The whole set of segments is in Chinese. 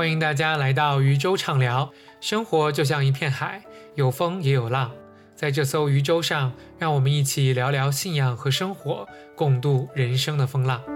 欢迎大家来到渔舟畅聊。生活就像一片海，有风也有浪。在这艘渔舟上，让我们一起聊聊信仰和生活，共度人生的风浪。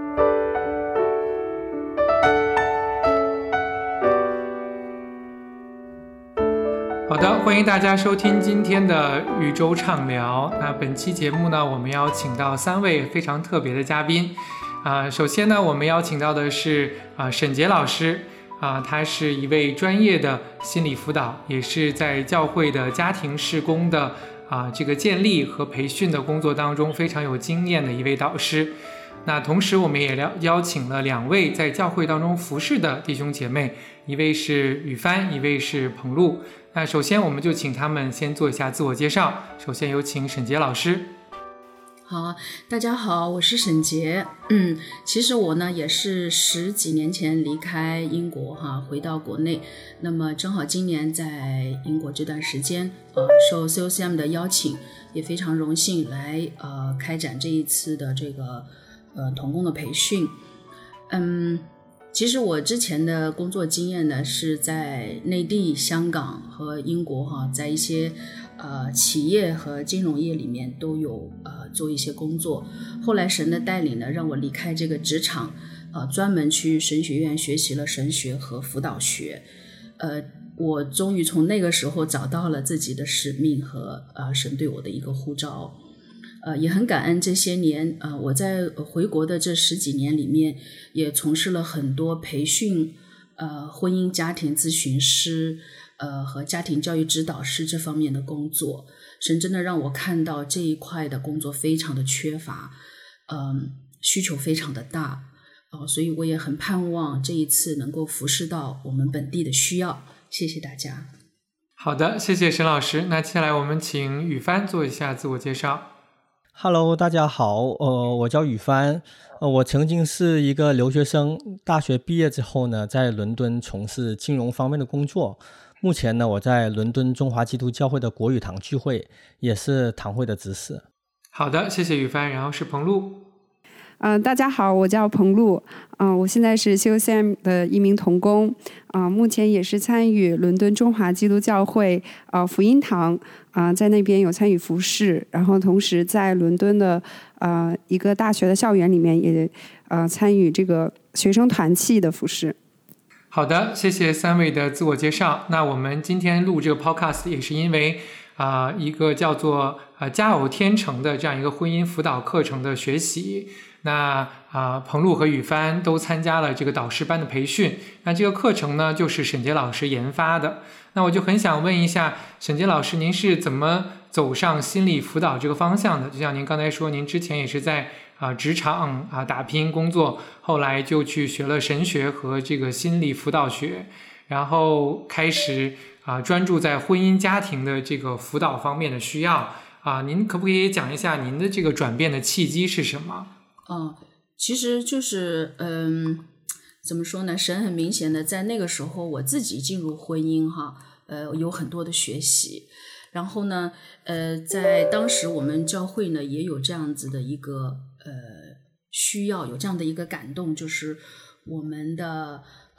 好的，欢迎大家收听今天的渔舟畅聊。那本期节目呢，我们邀请到3位非常特别的嘉宾。首先呢，我们邀请到的是沈杰老师。他是一位专业的心理辅导，也是在教会的家庭事工的这个建立和培训的工作当中非常有经验的一位导师。那同时我们也邀请了2位在教会当中服侍的弟兄姐妹，一位是雨帆，一位是彭露。那首先我们就请他们先做一下自我介绍。首先有请沈杰老师。 好，大家好，我是沈杰。其实我呢也是10几年前离开英国回到国内。那么正好今年在英国这段时间受 COCM 的邀请，也非常荣幸来开展这一次的这个同工的培训。其实我之前的工作经验呢是在内地、香港和英国在一些企业和金融业里面都有做一些工作。后来神的带领呢，让我离开这个职场，专门去神学院学习了神学和辅导学。我终于从那个时候找到了自己的使命和神对我的一个呼召。也很感恩这些年我在回国的这10几年里面，也从事了很多培训婚姻家庭咨询师和家庭教育指导师这方面的工作。神真的让我看到这一块的工作非常的缺乏，需求非常的大，所以我也很盼望这一次能够服侍到我们本地的需要。谢谢大家。 好的，谢谢沈老师。那接下来我们请雨帆做一下自我介绍。 Hello， 大家好，我叫雨帆，我曾经是一个留学生，大学毕业之后呢，在伦敦从事金融方面的工作。目前呢，我在伦敦中华基督教会的国语堂聚会，也是堂会的执事。 好的，谢谢雨帆。然后是彭露。 大家好，我叫彭露，我现在是 COCM 的一名同工，目前也是参与伦敦中华基督教会福音堂，在那边有参与服侍，然后同时在伦敦的一个大学的校园里面也参与这个学生团契的服侍。 好的，谢谢3位的自我介绍。那我们今天录这个 podcast 也是因为一个叫做佳偶天成的这样一个婚姻辅导课程的学习。那彭露和雨帆都参加了这个导师班的培训。那这个课程呢，就是沈杰老师研发的。那我就很想问一下沈杰老师，您是怎么走上心理辅导这个方向的？就像您刚才说，您之前也是在职场打拼工作，后来就去学了神学和这个心理辅导学，然后开始专注在婚姻家庭的这个辅导方面的需要。您可不可以讲一下您的这个转变的契机是什么？ 其实就是怎么说呢，神很明显的在那个时候我自己进入婚姻有很多的学习。然后呢在当时我们教会呢也有这样子的一个需要，有这样的一个感动，就是我们的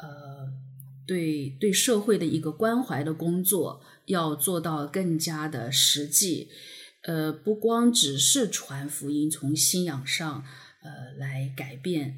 对社会的一个关怀的工作要做到更加的实际，不光只是传福音，从信仰上来改变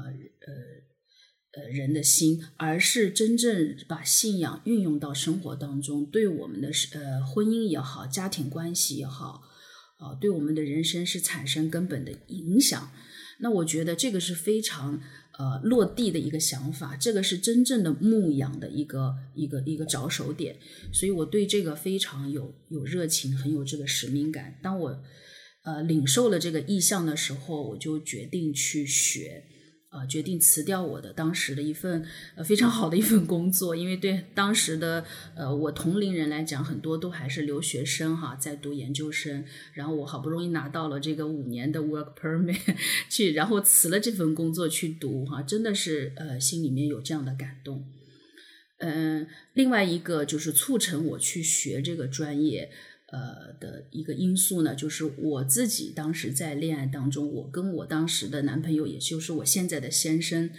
人的心，而是真正把信仰运用到生活当中，对我们的婚姻也好，家庭关系也好，对我们的人生是产生根本的影响。那我觉得这个是非常落地的一个想法，这个是真正的牧养的一个着手点，所以我对这个非常有热情，很有这个使命感。当我领受了这个意向的时候，我就决定去学，决定辞掉我的当时的一份非常好的一份工作，因为对当时的我同龄人来讲，很多都还是留学生在读研究生，然后我好不容易拿到了这个5年的 work permit 去，然后辞了这份工作去读真的是心里面有这样的感动。另外一个就是促成我去学这个专业的一个因素呢，就是我自己当时在恋爱当中，我跟我当时的男朋友，也就是我现在的先生，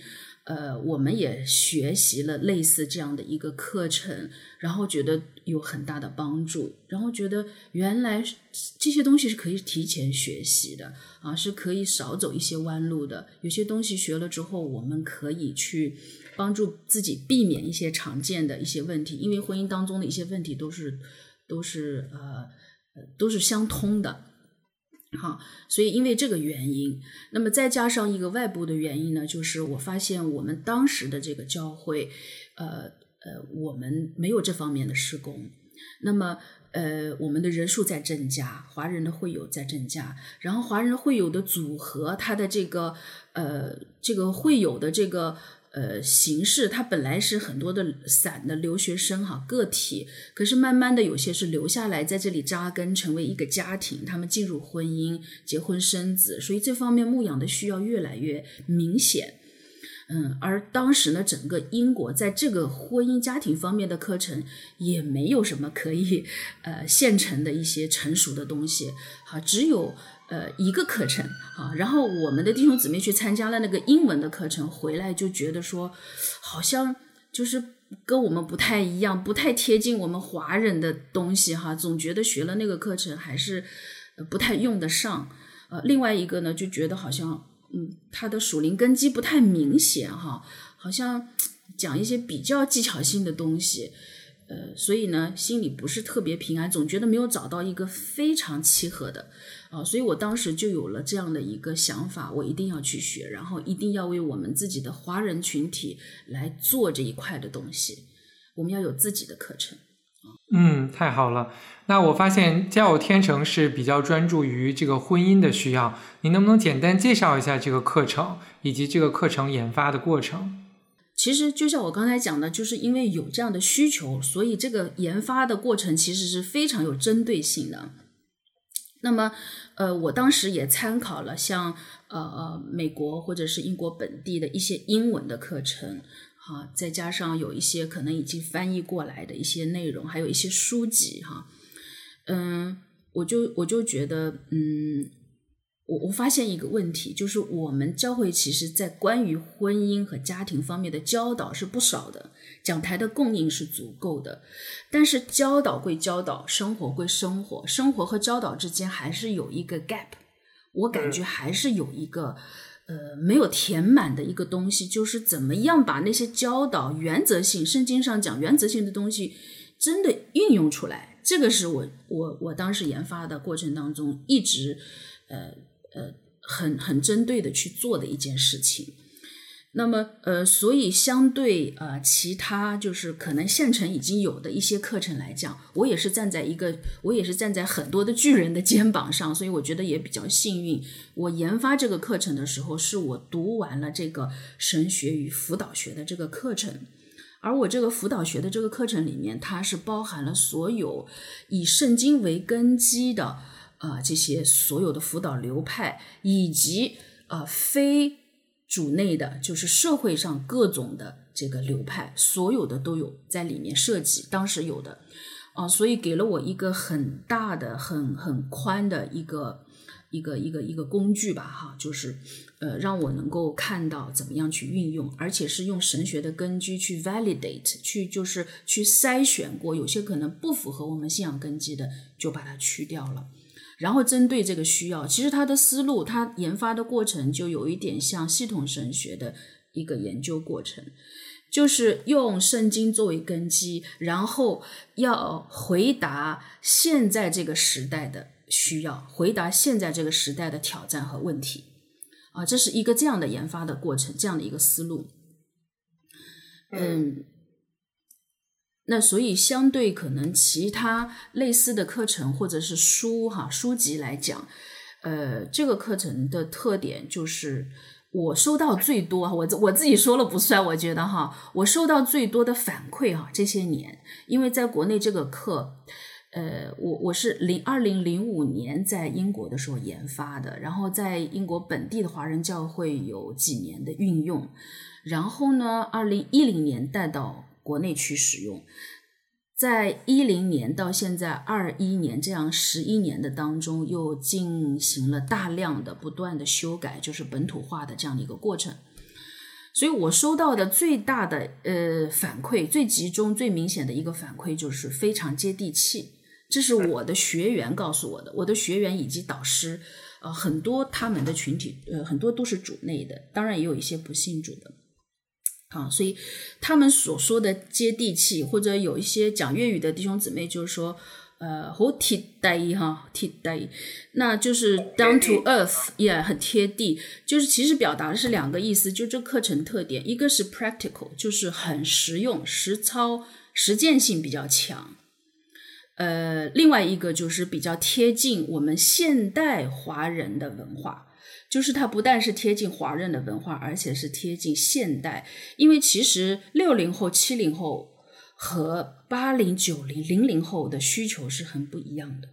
我们也学习了类似这样的一个课程，然后觉得有很大的帮助，然后觉得原来这些东西是可以提前学习的啊，是可以少走一些弯路的。有些东西学了之后，我们可以去帮助自己避免一些常见的一些问题，因为婚姻当中的一些问题都是相通的。好，所以因为这个原因，那么再加上一个外部的原因呢，就是我发现我们当时的这个教会，我们没有这方面的事工。那么我们的人数在增加，华人的会友在增加，然后华人会友的组合，它的这个会友的这个形式，它本来是很多的散的留学生个体，可是慢慢的有些是留下来在这里扎根成为一个家庭，他们进入婚姻结婚生子，所以这方面牧养的需要越来越明显。而当时呢，整个英国在这个婚姻家庭方面的课程也没有什么可以现成的一些成熟的东西，只有一个课程然后我们的弟兄姊妹去参加了那个英文的课程，回来就觉得说好像就是跟我们不太一样，不太贴近我们华人的东西总觉得学了那个课程还是不太用得上。另外一个呢，就觉得好像他的属灵根基不太明显好像讲一些比较技巧性的东西，所以呢心里不是特别平安，总觉得没有找到一个非常契合的所以我当时就有了这样的一个想法，我一定要去学，然后一定要为我们自己的华人群体来做这一块的东西，我们要有自己的课程。 太好了。那我发现家有天成是比较专注于这个婚姻的需要，您能不能简单介绍一下这个课程以及这个课程研发的过程？ 其实就像我刚才讲的，就是因为有这样的需求，所以这个研发的过程其实是非常有针对性的。那么我当时也参考了像美国或者是英国本地的一些英文的课程再加上有一些可能已经翻译过来的一些内容，还有一些书籍我就觉得我发现一个问题，就是我们教会其实在关于婚姻和家庭方面的教导是不少的，讲台的供应是足够的，但是教导归教导，生活归生活，生活和教导之间还是有一个 gap， 我感觉还是有一个没有填满的一个东西，就是怎么样把那些教导原则性，圣经上讲原则性的东西真的运用出来，这个是我当时研发的过程当中一直很针对的去做的一件事情。那么所以相对其他就是可能现成已经有的一些课程来讲，我也是站在很多的巨人的肩膀上，所以我觉得也比较幸运。我研发这个课程的时候，是我读完了这个神学与辅导学的这个课程，而我这个辅导学的这个课程里面，它是包含了所有以圣经为根基的这些所有的辅导流派，以及非主内的，就是社会上各种的这个流派，所有的都有在里面设计，当时有的所以给了我一个很大的很宽的一个工具吧就是让我能够看到怎么样去运用，而且是用神学的根基去 validate， 就是去筛选过有些可能不符合我们信仰根基的，就把它去掉了。然后针对这个需要，其实他的思路，他研发的过程就有一点像系统神学的一个研究过程，就是用圣经作为根基，然后要回答现在这个时代的需要，回答现在这个时代的挑战和问题这是一个这样的研发的过程，这样的一个思路。那所以相对可能其他类似的课程或者是书籍来讲，这个课程的特点就是我收到最多，我自己说了不算，我觉得我收到最多的反馈这些年，因为在国内这个课我是2005年在英国的时候研发的，然后在英国本地的华人教会有几年的运用，然后呢2010年带到国内去使用，在10年到现在21年这样11年的当中，又进行了大量的不断的修改，就是本土化的这样的一个过程。 所以我收到的最大的反馈，最集中最明显的一个反馈就是非常接地气，这是我的学员告诉我的，我的学员以及导师很多他们的群体很多都是主内的，当然也有一些不信主的所以他们所说的接地气，或者有一些讲粤语的弟兄姊妹就是说好貼地哈，貼地，那就是 down to earth， 也很贴地，就是其实表达的是两个意思，就这课程特点，一个是 practical， 就是很实用，实操，实践性比较强，另外一个就是比较贴近我们现代华人的文化，就是它不但是贴近华人的文化，而且是贴近现代，因为其实60后、70后和80、90、00后的需求是很不一样的。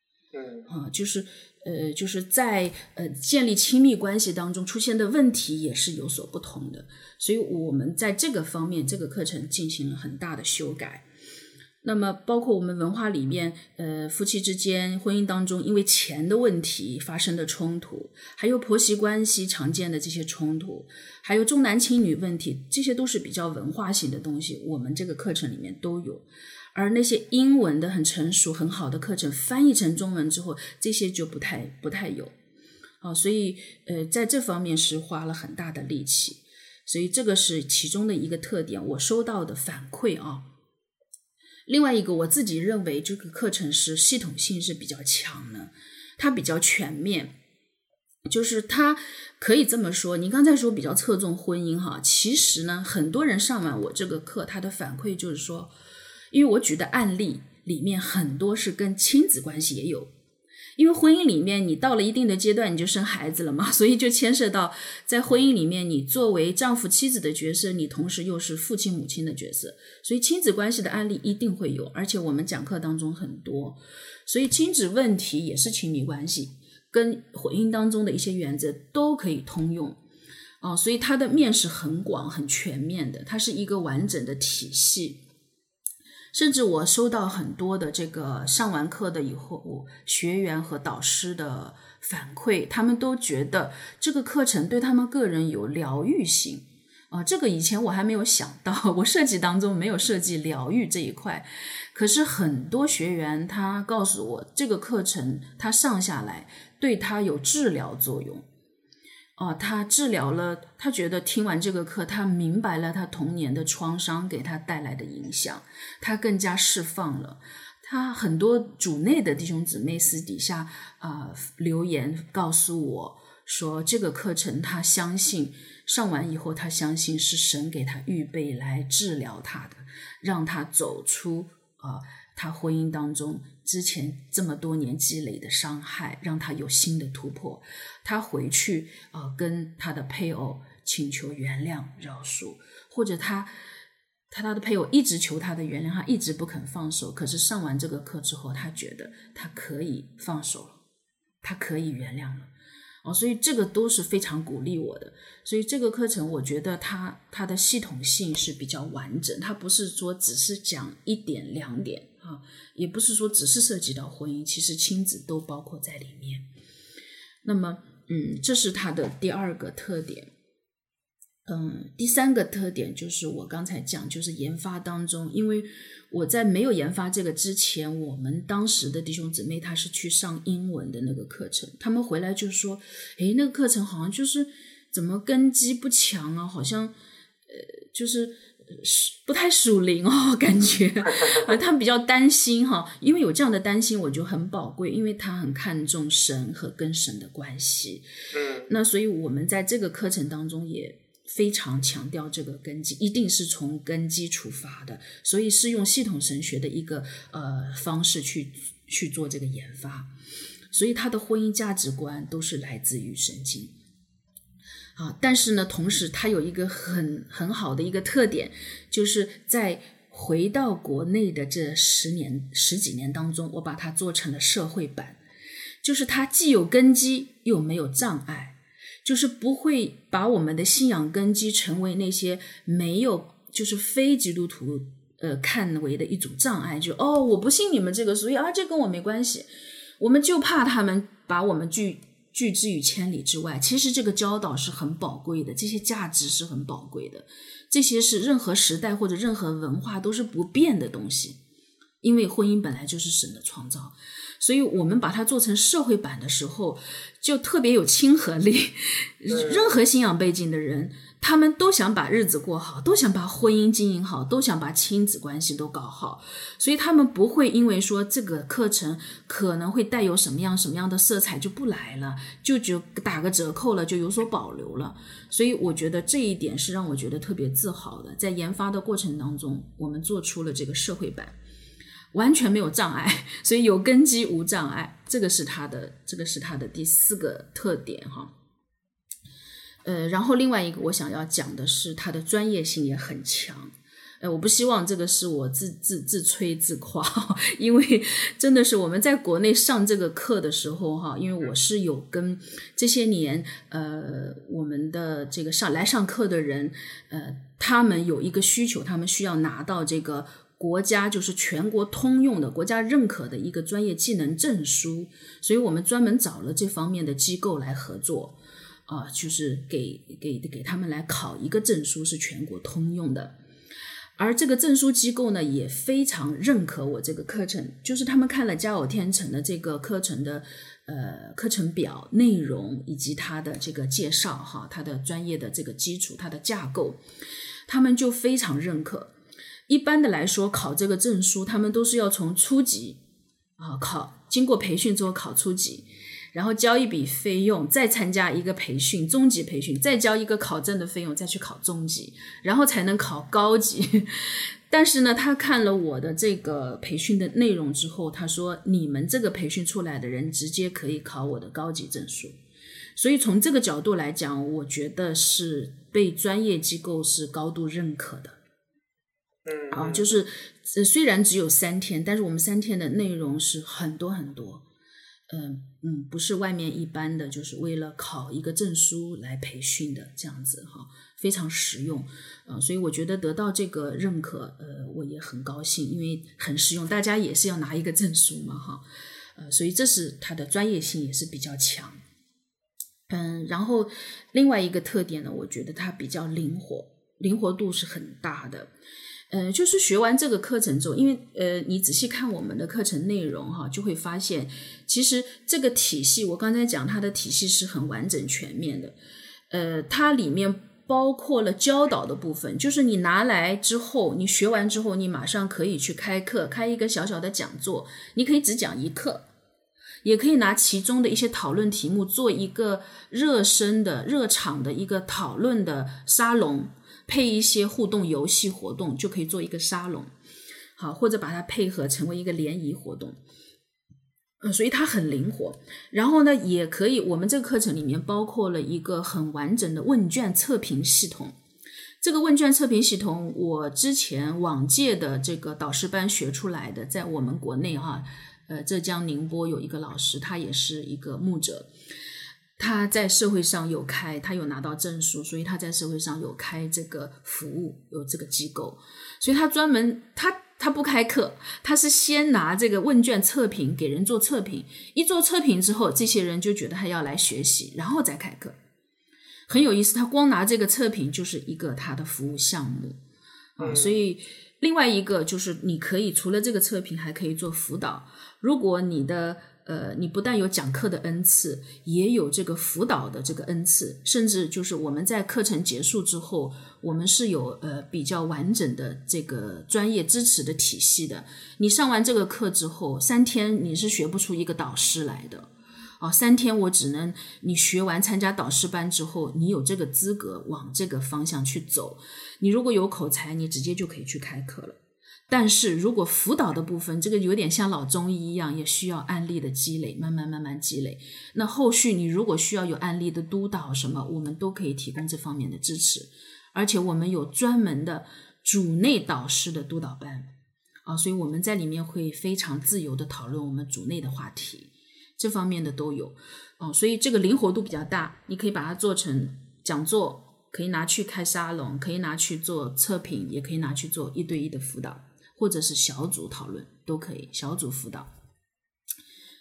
就是在建立亲密关系当中出现的问题也是有所不同的，所以我们在这个方面，这个课程进行了很大的修改。那么包括我们文化里面夫妻之间婚姻当中因为钱的问题发生的冲突，还有婆媳关系常见的这些冲突，还有重男轻女问题，这些都是比较文化性的东西，我们这个课程里面都有。而那些英文的很成熟很好的课程翻译成中文之后，这些就不太有所以在这方面是花了很大的力气，所以这个是其中的一个特点，我收到的反馈另外一个我自己认为这个课程是系统性是比较强的，它比较全面，就是它可以这么说，你刚才说比较侧重婚姻其实呢很多人上完我这个课他的反馈就是说，因为我举的案例里面很多是跟亲子关系也有，因为婚姻里面你到了一定的阶段你就生孩子了嘛，所以就牵涉到在婚姻里面你作为丈夫妻子的角色，你同时又是父亲母亲的角色，所以亲子关系的案例一定会有，而且我们讲课当中很多，所以亲子问题也是亲密关系跟婚姻当中的一些原则都可以通用所以它的面是很广很全面的，它是一个完整的体系。甚至我收到很多的这个上完课的以后学员和导师的反馈，他们都觉得这个课程对他们个人有疗愈性这个以前我还没有想到，我设计当中没有设计疗愈这一块，可是很多学员他告诉我这个课程他上下来对他有治疗作用他治疗了，他觉得听完这个课他明白了他童年的创伤给他带来的影响，他更加释放了。他很多主内的弟兄姊妹私底下留言告诉我说，这个课程他相信上完以后，他相信是神给他预备来治疗他的，让他走出他婚姻当中之前这么多年积累的伤害，让他有新的突破。他回去跟他的配偶请求原谅饶恕，或者他的配偶一直求他的原谅，他一直不肯放手，可是上完这个课之后，他觉得他可以放手了，他可以原谅了所以这个都是非常鼓励我的。所以这个课程我觉得它的系统性是比较完整，它不是说只是讲一点两点也不是说只是涉及到婚姻，其实亲子都包括在里面。那么这是它的第二个特点。第三个特点就是我刚才讲，就是研发当中，因为我在没有研发这个之前，我们当时的弟兄姊妹他是去上英文的那个课程，他们回来就说那个课程好像就是怎么根基不强好像就是不太属灵感觉他们比较担心因为有这样的担心我就很宝贵，因为他很看重神和跟神的关系那所以我们在这个课程当中也非常强调这个根基一定是从根基出发的，所以是用系统神学的一个方式去做这个研发，所以他的婚姻价值观都是来自于圣经但是呢同时它有一个很好的一个特点，就是在回到国内的这十几年当中，我把它做成了社会版，就是它既有根基又没有障碍，就是不会把我们的信仰根基成为那些没有就是非基督徒看为的一种障碍，就我不信你们这个，所以这跟我没关系，我们就怕他们把我们拒之于千里之外。其实这个教导是很宝贵的，这些价值是很宝贵的，这些是任何时代或者任何文化都是不变的东西，因为婚姻本来就是神的创造，所以我们把它做成社会版的时候就特别有亲和力。任何信仰背景的人，他们都想把日子过好，都想把婚姻经营好，都想把亲子关系都搞好，所以他们不会因为说这个课程可能会带有什么样的色彩就不来了，就打个折扣了，就有所保留了。所以我觉得这一点是让我觉得特别自豪的，在研发的过程当中我们做出了这个社会版，完全没有障碍，所以有根基无障碍，这个是它的第4个特点哈。然后另外一个我想要讲的是它的专业性也很强。我不希望这个是我自吹自夸，因为真的是我们在国内上这个课的时候哈，因为我是有跟这些年我们的这个来上课的人他们有一个需求，他们需要拿到这个国家就是全国通用的国家认可的一个专业技能证书，所以我们专门找了这方面的机构来合作就是给他们来考一个证书是全国通用的。而这个证书机构呢也非常认可我这个课程，就是他们看了佳偶天成的这个课程的课程表内容以及它的这个介绍哈，它的专业的这个基础，它的架构，他们就非常认可。一般的来说考这个证书他们都是要从初级经过培训之后考初级，然后交一笔费用，再参加一个培训，中级培训，再交一个考证的费用，再去考中级，然后才能考高级。但是呢他看了我的这个培训的内容之后，他说你们这个培训出来的人直接可以考我的高级证书。所以从这个角度来讲，我觉得是被专业机构是高度认可的。就是虽然只有3天，但是我们3天的内容是很多很多。不是外面一般的就是为了考一个证书来培训的这样子哈，非常实用。所以我觉得得到这个认可我也很高兴，因为很实用，大家也是要拿一个证书嘛哈。所以这是它的专业性也是比较强。然后另外一个特点呢，我觉得它比较灵活度是很大的。就是学完这个课程之后，因为你仔细看我们的课程内容哈，就会发现其实这个体系我刚才讲它的体系是很完整全面的。它里面包括了教导的部分，就是你拿来之后，你学完之后你马上可以去开课，开一个小小的讲座，你可以只讲一课，也可以拿其中的一些讨论题目做一个热场的一个讨论的沙龙，配一些互动游戏活动，就可以做一个沙龙，好，或者把它配合成为一个联谊活动。所以它很灵活。然后呢也可以，我们这个课程里面包括了一个很完整的问卷测评系统。这个问卷测评系统我之前往届的这个导师班学出来的，在我们国内浙江宁波有一个老师，他也是一个牧者，他在社会上有开，他有拿到证书，所以他在社会上有开这个服务，有这个机构，所以他专门他不开课，他是先拿这个问卷测评给人做测评，一做测评之后，这些人就觉得他要来学习，然后再开课，很有意思。他光拿这个测评就是一个他的服务项目所以另外一个就是你可以除了这个测评还可以做辅导。如果你不但有讲课的恩赐，也有这个辅导的这个恩赐，甚至就是我们在课程结束之后，我们是有比较完整的这个专业支持的体系的。你上完这个课之后3天你是学不出一个导师来的3天我只能你学完参加导师班之后，你有这个资格往这个方向去走。你如果有口才，你直接就可以去开课了。但是如果辅导的部分，这个有点像老中医一样，也需要案例的积累，慢慢积累。那后续你如果需要有案例的督导什么，我们都可以提供这方面的支持。而且我们有专门的组内导师的督导班所以我们在里面会非常自由的讨论我们组内的话题，这方面的都有所以这个灵活度比较大。你可以把它做成讲座，可以拿去开沙龙，可以拿去做测评，也可以拿去做1对1的辅导，或者是小组讨论都可以，小组辅导。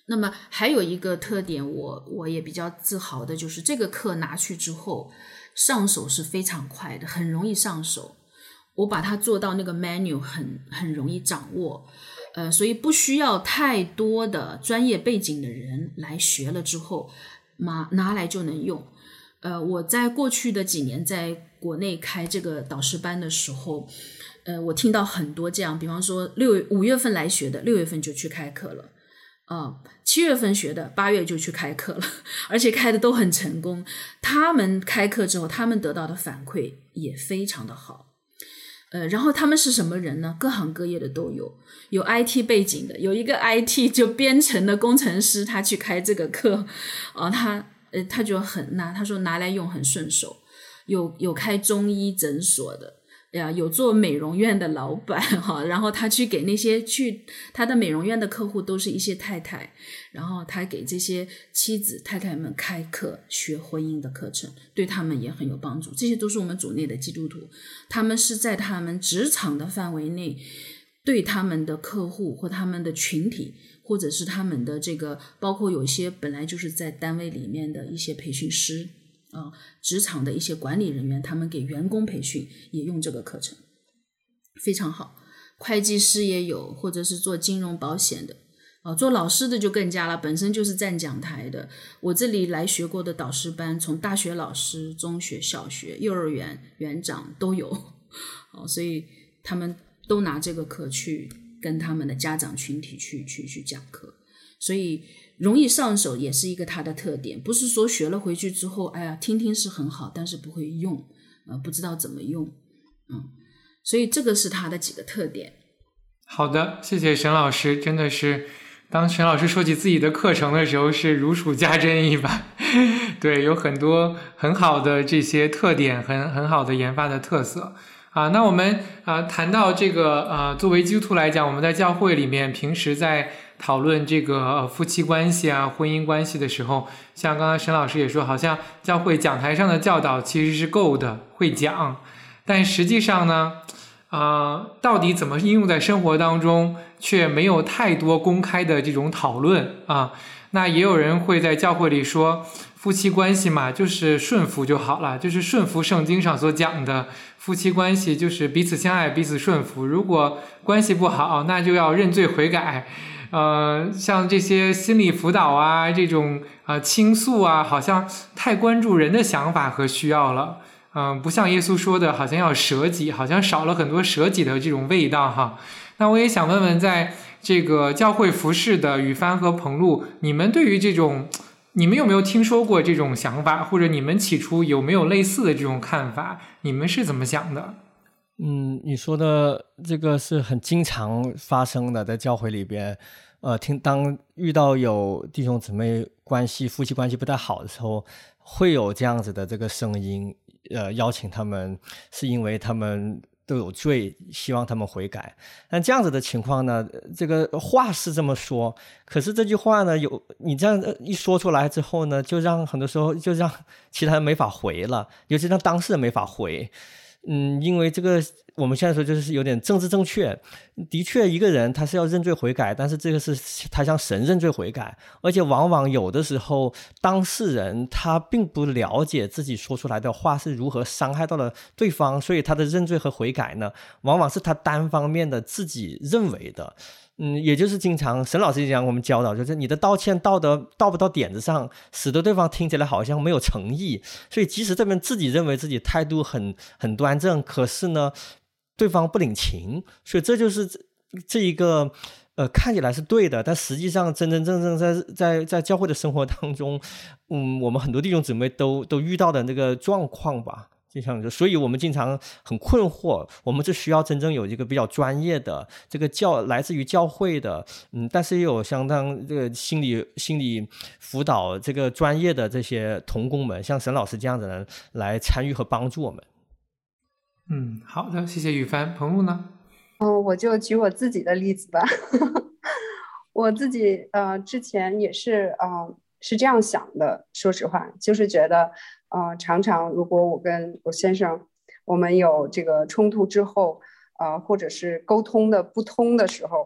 那么还有一个特点，我也比较自豪的，就是这个课拿去之后上手是非常快的，很容易上手。我把它做到那个 menu 很容易掌握，所以不需要太多的专业背景的人来学了之后拿来就能用。我在过去的几年在国内开这个导师班的时候，我听到很多这样，比方说5月份来学的，6月份就去开课了。7月份学的8月就去开课了，而且开的都很成功。他们开课之后，他们得到的反馈也非常的好。然后他们是什么人呢？各行各业的都有，有 IT 背景的，有一个 IT 就编程的工程师，他去开这个课，他就他说拿来用很顺手。有开中医诊所的呀，有做美容院的老板哈，然后他去给那些他的美容院的客户都是一些太太，然后他给这些妻子太太们开课学婚姻的课程，对他们也很有帮助。这些都是我们组内的基督徒，他们是在他们职场的范围内，对他们的客户或他们的群体，或者是他们的这个，包括有一些本来就是在单位里面的一些培训师职场的一些管理人员，他们给员工培训也用这个课程，非常好。会计师也有，或者是做金融保险的做老师的就更加了，本身就是站讲台的。我这里来学过的导师班，从大学老师、中学、小学、幼儿园园长都有所以他们都拿这个课去跟他们的家长群体去讲课，所以容易上手也是一个它的特点。不是说学了回去之后听听是很好，但是不会用不知道怎么用所以这个是它的几个特点。 好的，谢谢沈老师，真的是当沈老师说起自己的课程的时候是如数家珍一般对，有很多很好的这些特点，很好的研发的特色那我们谈到这个作为基督徒来讲，我们在教会里面平时在讨论这个夫妻关系婚姻关系的时候，像刚才沈老师也说，好像教会讲台上的教导其实是够的，会讲，但实际上呢到底怎么应用在生活当中却没有太多公开的这种讨论那也有人会在教会里说，夫妻关系嘛，就是顺服就好了，就是顺服圣经上所讲的夫妻关系，就是彼此相爱，彼此顺服。如果关系不好，那就要认罪悔改。像这些心理辅导这种倾诉好像太关注人的想法和需要了。不像耶稣说的，好像要舍己，好像少了很多舍己的这种味道哈。那我也想问问，在这个教会服侍的宇帆和彭璐，你们对于这种，你们有没有听说过这种想法，或者你们起初有没有类似的这种看法？你们是怎么想的？ 你说的这个是很经常发生的，在教会里边，当遇到有弟兄姊妹关系、夫妻关系不太好的时候，会有这样子的这个声音，邀请他们，是因为他们都有罪，希望他们悔改。但这样子的情况呢，这个话是这么说，可是这句话呢，你这样一说出来之后呢，就让很多时候就让其他人没法回了，尤其让当事人没法回。因为这个我们现在说就是有点政治正确，的确一个人他是要认罪悔改，但是这个是他向神认罪悔改，而且往往有的时候当事人他并不了解自己说出来的话是如何伤害到了对方，所以他的认罪和悔改呢，往往是他单方面的自己认为的。也就是经常沈老师讲我们教导，就是你的道歉到不到点子上，使得对方听起来好像没有诚意，所以即使这边自己认为自己态度很端正，可是呢对方不领情，所以这就是这一个看起来是对的，但实际上真正在教会的生活当中我们很多弟兄姊妹都遇到的那个状况吧。所以我们经常很困惑，我们就需要真正有一个比较专业的这个来自于教会的但是也有相当这个心理辅导这个专业的这些同工们，像沈老师这样的人来参与和帮助我们。 好的，谢谢宇帆。彭璐呢？ 我就举我自己的例子吧我自己之前也是是这样想的，说实话，就是觉得常常如果我跟我先生我们有这个冲突之后或者是沟通的不通的时候，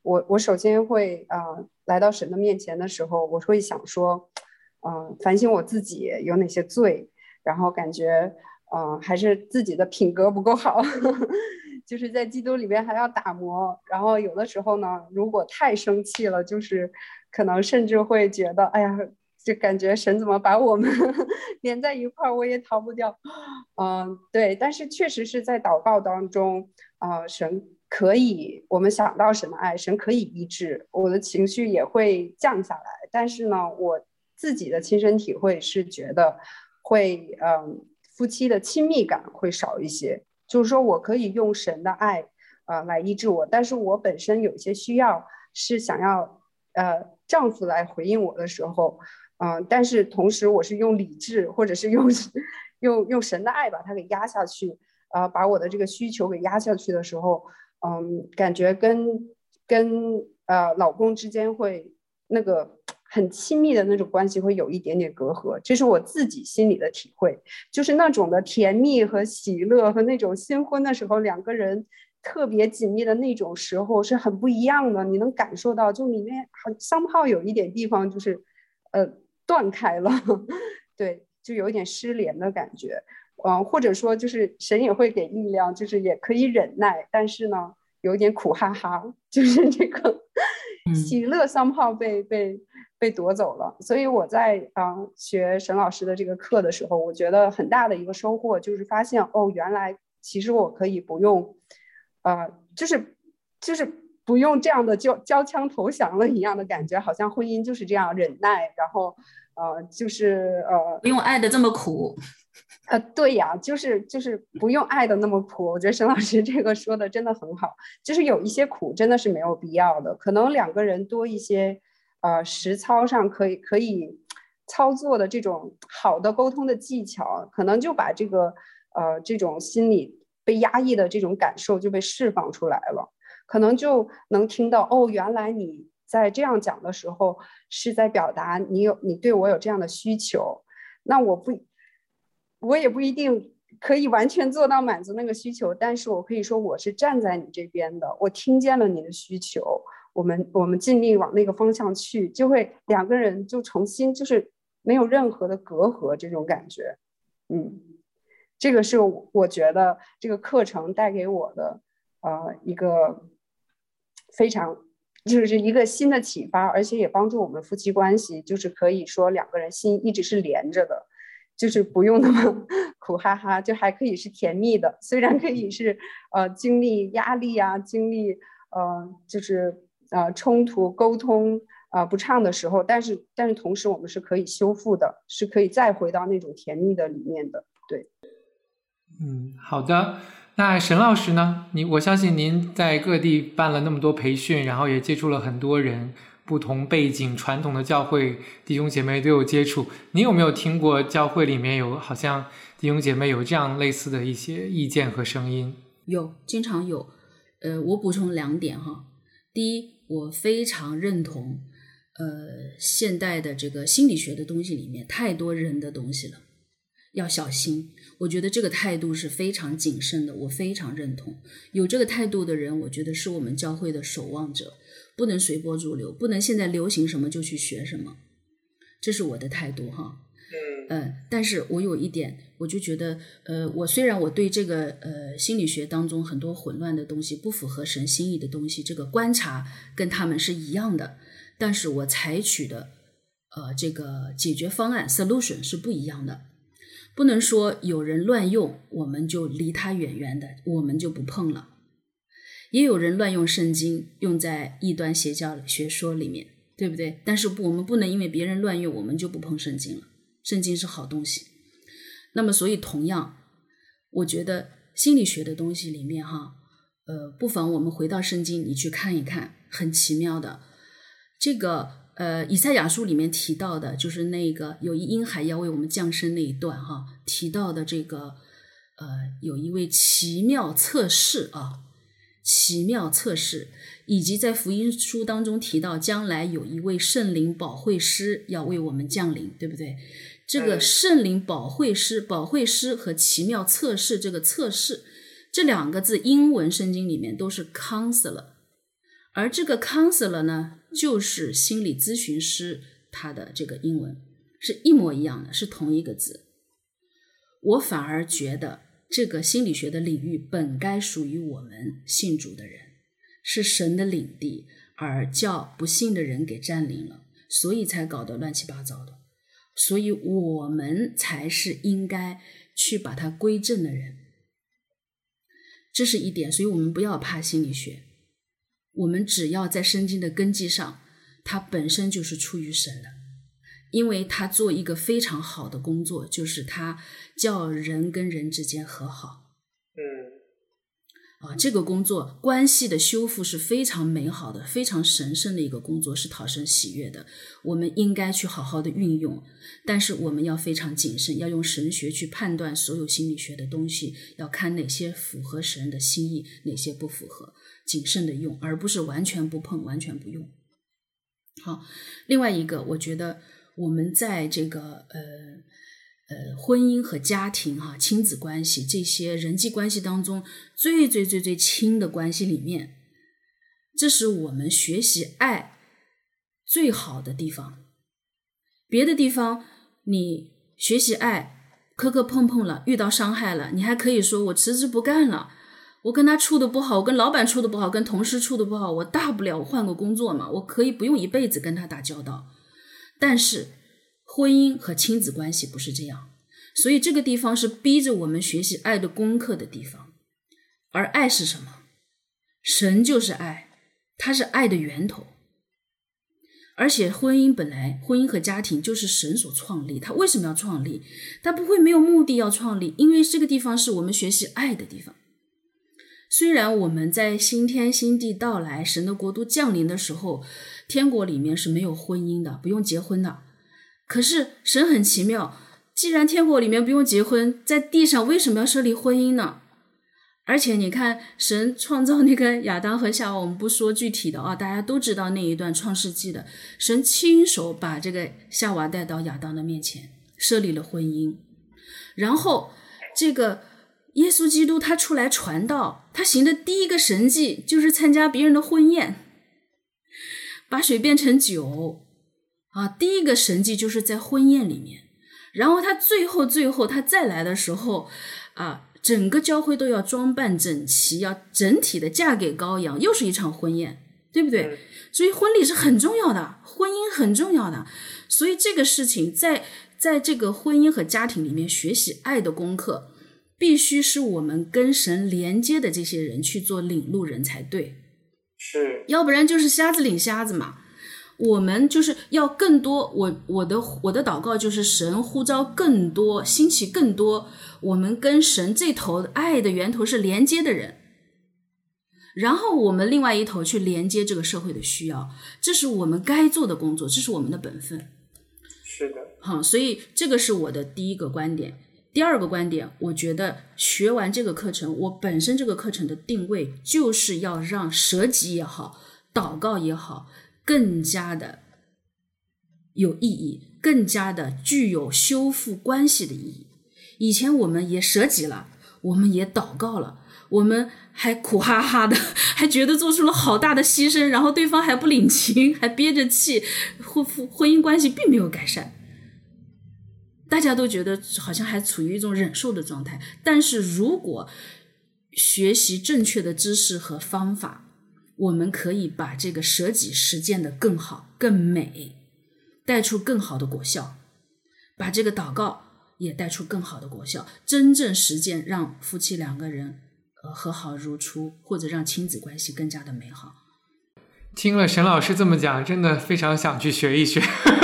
我首先会来到神的面前的时候，我会想说，反省我自己有哪些罪，然后感觉还是自己的品格不够好，就是在基督里边还要打磨。然后有的时候呢，如果太生气了，就是可能甚至会觉得，哎呀，就感觉神怎么把我们连在一块儿，我也逃不掉。对，但是确实是在祷告当中，神可以，我们想到神的爱，神可以医治，我的情绪也会降下来。但是呢，我自己的亲身体会是觉得会，夫妻的亲密感会少一些。就是说我可以用神的爱，来医治我，但是我本身有一些需要是想要，丈夫来回应我的时候，但是同时我是用理智或者是用神的爱把它给压下去，把我的这个需求给压下去的时候，感觉跟老公之间会那个很亲密的那种关系会有一点点隔阂，这是我自己心里的体会。就是那种的甜蜜和喜乐和那种新婚的时候两个人特别紧密的那种时候是很不一样的，你能感受到就里面somehow有一点地方就是断开了，对，就有一点失联的感觉。或者说就是神也会给力量，就是也可以忍耐，但是呢有一点苦哈哈，就是这个喜乐somehow被夺走了。所以我在学沈老师的这个课的时候，我觉得很大的一个收获就是发现，原来其实我可以不用就是不用这样的交枪投降了一样的感觉，好像婚姻就是这样忍耐，然后就是不用爱的这么苦。 对呀，就是不用爱的那么苦。我觉得沈老师这个说的真的很好，就是有一些苦真的是没有必要的，可能两个人多一些实操上可以操作的这种好的沟通的技巧，可能就把这种心理被压抑的这种感受就被释放出来了，可能就能听到原来你在这样讲的时候是在表达你对我有这样的需求，那我也不一定可以完全做到满足那个需求，但是我可以说我是站在你这边的，我听见了你的需求，我们尽力往那个方向去，就会两个人就重新就是没有任何的隔阂这种感觉。这个是我觉得这个课程带给我的一个非常就是一个新的启发，而且也帮助我们夫妻关系，就是可以说两个人心一直是连着的，就是不用那么苦哈哈，就还可以是甜蜜的，虽然可以是经历压力啊，经历就是冲突沟通不畅的时候，但是同时我们是可以修复的，是可以再回到那种甜蜜的里面的。对， 好的。那沈老师呢？我相信您在各地办了那么多培训，然后也接触了很多人，不同背景、传统的教会弟兄姐妹都有接触。你有没有听过教会里面好像弟兄姐妹有这样类似的一些意见和声音？ 有，经常有。我补充2点哈。第一，我非常认同，现代的这个心理学的东西里面太多人的东西了，要小心。我觉得这个态度是非常谨慎的，我非常认同。有这个态度的人，我觉得是我们教会的守望者，不能随波逐流，不能现在流行什么就去学什么，这是我的态度哈。但是我有一点，我就觉得，我虽然我对这个心理学当中很多混乱的东西，不符合神心意的东西，这个观察跟他们是一样的，但是我采取的这个解决方案 solution 是不一样的。不能说有人乱用，我们就离他远远的，我们就不碰了。也有人乱用圣经，用在异端邪教学说里面，对不对？但是我们不能因为别人乱用，我们就不碰圣经了。圣经是好东西。那么所以同样，我觉得心理学的东西里面不妨我们回到圣经，你去看一看，很奇妙的。这个以赛亚书里面提到的，就是那个有一婴孩要为我们降生那一段提到的这个有一位奇妙测试奇妙测试，以及在福音书当中提到将来有一位圣灵保惠师要为我们降临，对不对？这个圣灵保惠师和奇妙测试，这个测试这2个字英文圣经里面都是 counselor， 而这个 counselor 呢，就是心理咨询师，他的这个英文是一模一样的，是同一个字。我反而觉得这个心理学的领域本该属于我们信主的人，是神的领地，而叫不信的人给占领了，所以才搞得乱七八糟的。所以我们才是应该去把它归正的人，这是一点。所以我们不要怕心理学，我们只要在圣经的根基上，它本身就是出于神的，因为它做一个非常好的工作，就是它叫人跟人之间和好。这个工作关系的修复是非常美好的，非常神圣的一个工作，是讨神喜悦的，我们应该去好好的运用。但是我们要非常谨慎，要用神学去判断所有心理学的东西，要看哪些符合神的心意，哪些不符合，谨慎的用，而不是完全不碰，完全不用。好，另外一个，我觉得我们在这个婚姻和家庭亲子关系这些人际关系当中最亲的关系里面，这是我们学习爱最好的地方。别的地方你学习爱磕磕碰碰了，遇到伤害了，你还可以说我辞职不干了，我跟他处的不好，我跟老板处的不好，跟同事处的不好，我大不了我换个工作嘛，我可以不用一辈子跟他打交道。但是婚姻和亲子关系不是这样，所以这个地方是逼着我们学习爱的功课的地方。而爱是什么？神就是爱，它是爱的源头。而且婚姻和家庭就是神所创立，他为什么要创立？他不会没有目的要创立，因为这个地方是我们学习爱的地方。虽然我们在新天新地到来，神的国度降临的时候，天国里面是没有婚姻的，不用结婚的。可是神很奇妙，既然天国里面不用结婚，在地上为什么要设立婚姻呢？而且你看神创造那个亚当和夏娃，我们不说具体的大家都知道那一段创世纪的，神亲手把这个夏娃带到亚当的面前，设立了婚姻。然后这个耶稣基督他出来传道，他行的第一个神迹就是参加别人的婚宴，把水变成酒第一个神迹就是在婚宴里面。然后他最后他再来的时候整个教会都要装扮整齐，要整体的嫁给羔羊，又是一场婚宴，对不对？所以婚礼是很重要的，婚姻很重要的。所以这个事情在这个婚姻和家庭里面学习爱的功课，必须是我们跟神连接的这些人去做领路人才对， 是， 要不然就是瞎子领瞎子嘛。我们就是要更多，我的祷告就是神呼召更多，兴起更多我们跟神这头爱的源头是连接的人，然后我们另外一头去连接这个社会的需要，这是我们该做的工作，这是我们的本分。 是的， 所以这个是我的第一个观点。第二个观点，我觉得学完这个课程，我本身这个课程的定位就是要让舍己也好，祷告也好，更加的有意义，更加的具有修复关系的意义。以前我们也舍己了，我们也祷告了，我们还苦哈哈的，还觉得做出了好大的牺牲，然后对方还不领情，还憋着气，婚姻关系并没有改善，大家都觉得好像还处于一种忍受的状态。但是如果学习正确的知识和方法，我们可以把这个舍己实践得更好更美，带出更好的果效，把这个祷告也带出更好的果效，真正实践让夫妻两个人和好如初，或者让亲子关系更加的美好。 听了沈老师这么讲，真的非常想去学一学。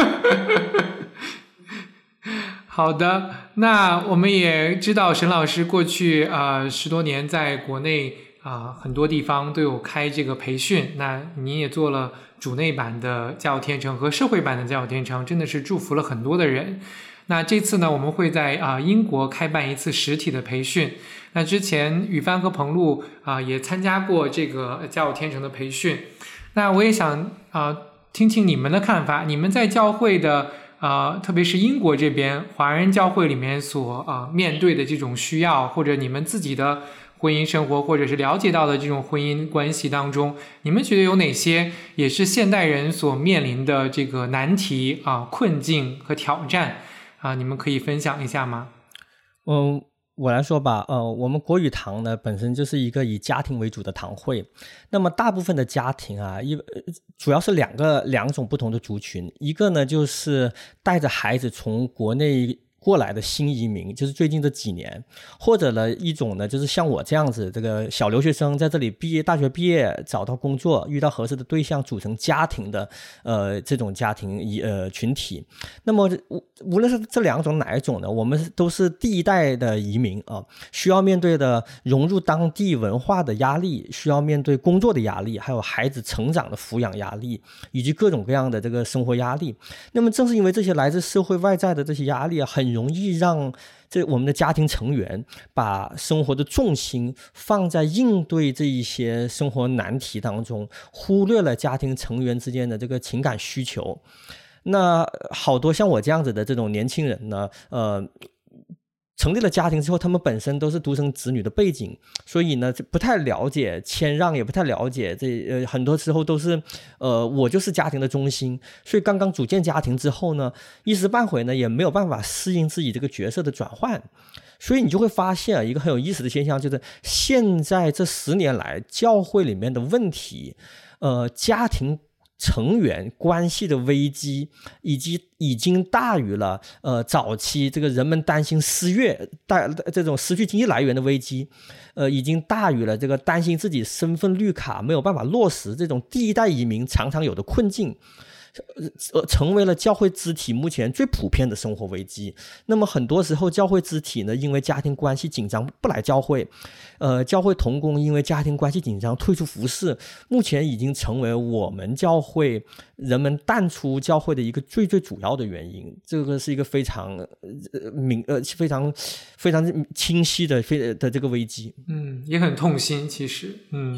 好的，那我们也知道沈老师过去10多年在国内很多地方都有开这个培训，那您也做了主内版的家有天成和社会版的家有天成，真的是祝福了很多的人。那这次呢，我们会在英国开办一次实体的培训。那之前宇帆和彭璐也参加过这个家有天成的培训。那我也想听听你们的看法，你们在教会的特别是英国这边华人教会里面所面对的这种需要，或者你们自己的婚姻生活，或者是了解到的这种婚姻关系当中，你们觉得有哪些也是现代人所面临的这个难题啊、困境和挑战啊？你们可以分享一下吗？ 我来说吧，我们国语堂呢本身就是一个以家庭为主的堂会，那么大部分的家庭啊，主要是两种不同的族群，一个呢就是带着孩子从国内过来的新移民，就是最近这几年，或者呢一种呢就是像我这样子，这个小留学生在这里大学毕业找到工作，遇到合适的对象组成家庭的这种家庭群体。那么无论是这两种哪一种呢，我们都是第一代的移民啊，需要面对的融入当地文化的压力，需要面对工作的压力，还有孩子成长的抚养压力，以及各种各样的这个生活压力。那么正是因为这些来自社会外在的这些压力啊，很容易让我们的家庭成员把生活的重心放在应对这一些生活难题当中，忽略了家庭成员之间的这个情感需求。那好多像我这样子的这种年轻人呢，成立了家庭之后，他们本身都是独生子女的背景，所以呢不太了解谦让，也不太了解很多时候都是我就是家庭的中心，所以刚刚组建家庭之后呢，一时半会呢也没有办法适应自己这个角色的转换。所以你就会发现一个很有意思的现象，就是现在这10年来教会里面的问题，家庭成员关系的危机，以及已经大于了早期这个人们担心失业这种失去经济来源的危机，已经大于了这个担心自己身份绿卡没有办法落实这种第一代移民常常有的困境，成为了教会肢体目前最普遍的生活危机。那么很多时候教会肢体呢，因为家庭关系紧张不来教会，教会同工因为家庭关系紧张退出服事，目前已经成为我们教会人们淡出教会的一个最主要的原因。这个是一个非常非常非常清晰的这个危机。 也很痛心其实。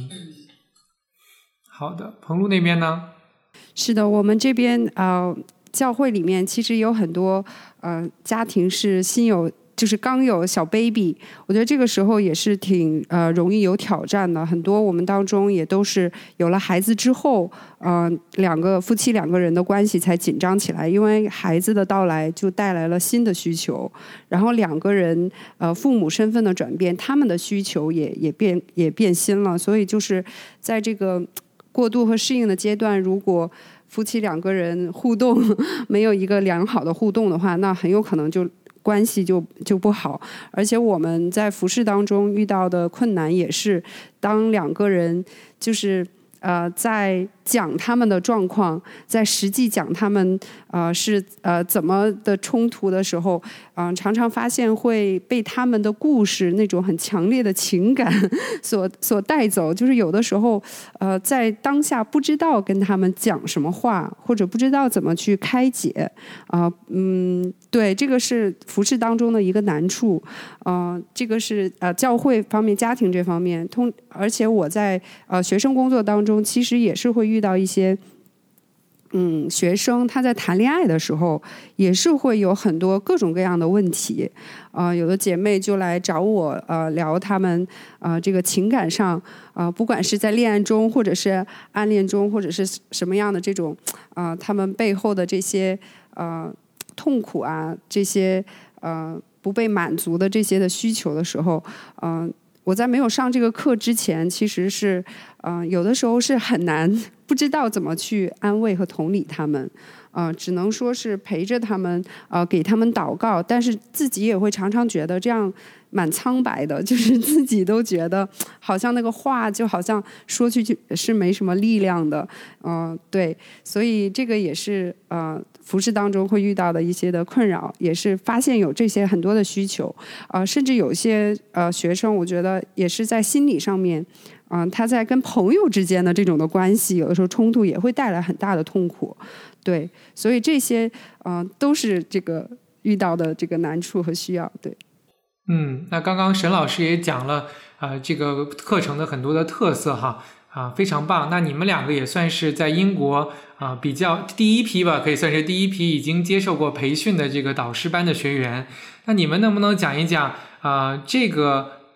好的，彭璐那边呢？ 是的，我们这边教会里面其实有很多家庭是就是刚有小 baby， 我觉得这个时候也是挺容易有挑战的。很多我们当中也都是有了孩子之后，夫妻两个人的关系才紧张起来，因为孩子的到来就带来了新的需求，然后两个人父母身份的转变，他们的需求也变新了，所以就是在这个过渡和适应的阶段，如果夫妻两个人互动没有一个良好的互动的话，那很有可能就关系就不好。而且我们在服事当中遇到的困难也是，当两个人就是在讲他们的状况，在实际讲他们是怎么的冲突的时候，常常发现会被他们的故事那种很强烈的情感所带走，就是有的时候在当下不知道跟他们讲什么话，或者不知道怎么去开解对，这个是服事当中的一个难处。这个是教会方面家庭这方面而且我在学生工作当中其实也是会遇到一些学生他在谈恋爱的时候也是会有很多各种各样的问题，有的姐妹就来找我聊他们这个情感上不管是在恋爱中或者是暗恋中或者是什么样的这种他们背后的这些痛苦啊，这些不被满足的这些的需求的时候，我在没有上这个课之前，其实是有的时候是很难不知道怎么去安慰和同理他们，只能说是陪着他们给他们祷告，但是自己也会常常觉得这样蛮苍白的，就是自己都觉得好像那个话就好像说出去是没什么力量的，对，所以这个也是服事当中会遇到的一些的困扰，也是发现有这些很多的需求，甚至有些学生，我觉得也是在心理上面，他在跟朋友之间的这种的关系，有的时候冲突也会带来很大的痛苦，对，所以这些都是这个遇到的这个难处和需要，对。 那刚刚沈老师也讲了这个课程的很多的特色哈，非常棒。那你们两个也算是在英国比较第一批吧，可以算是第一批已经接受过培训的这个导师班的学员。那你们能不能讲一讲这个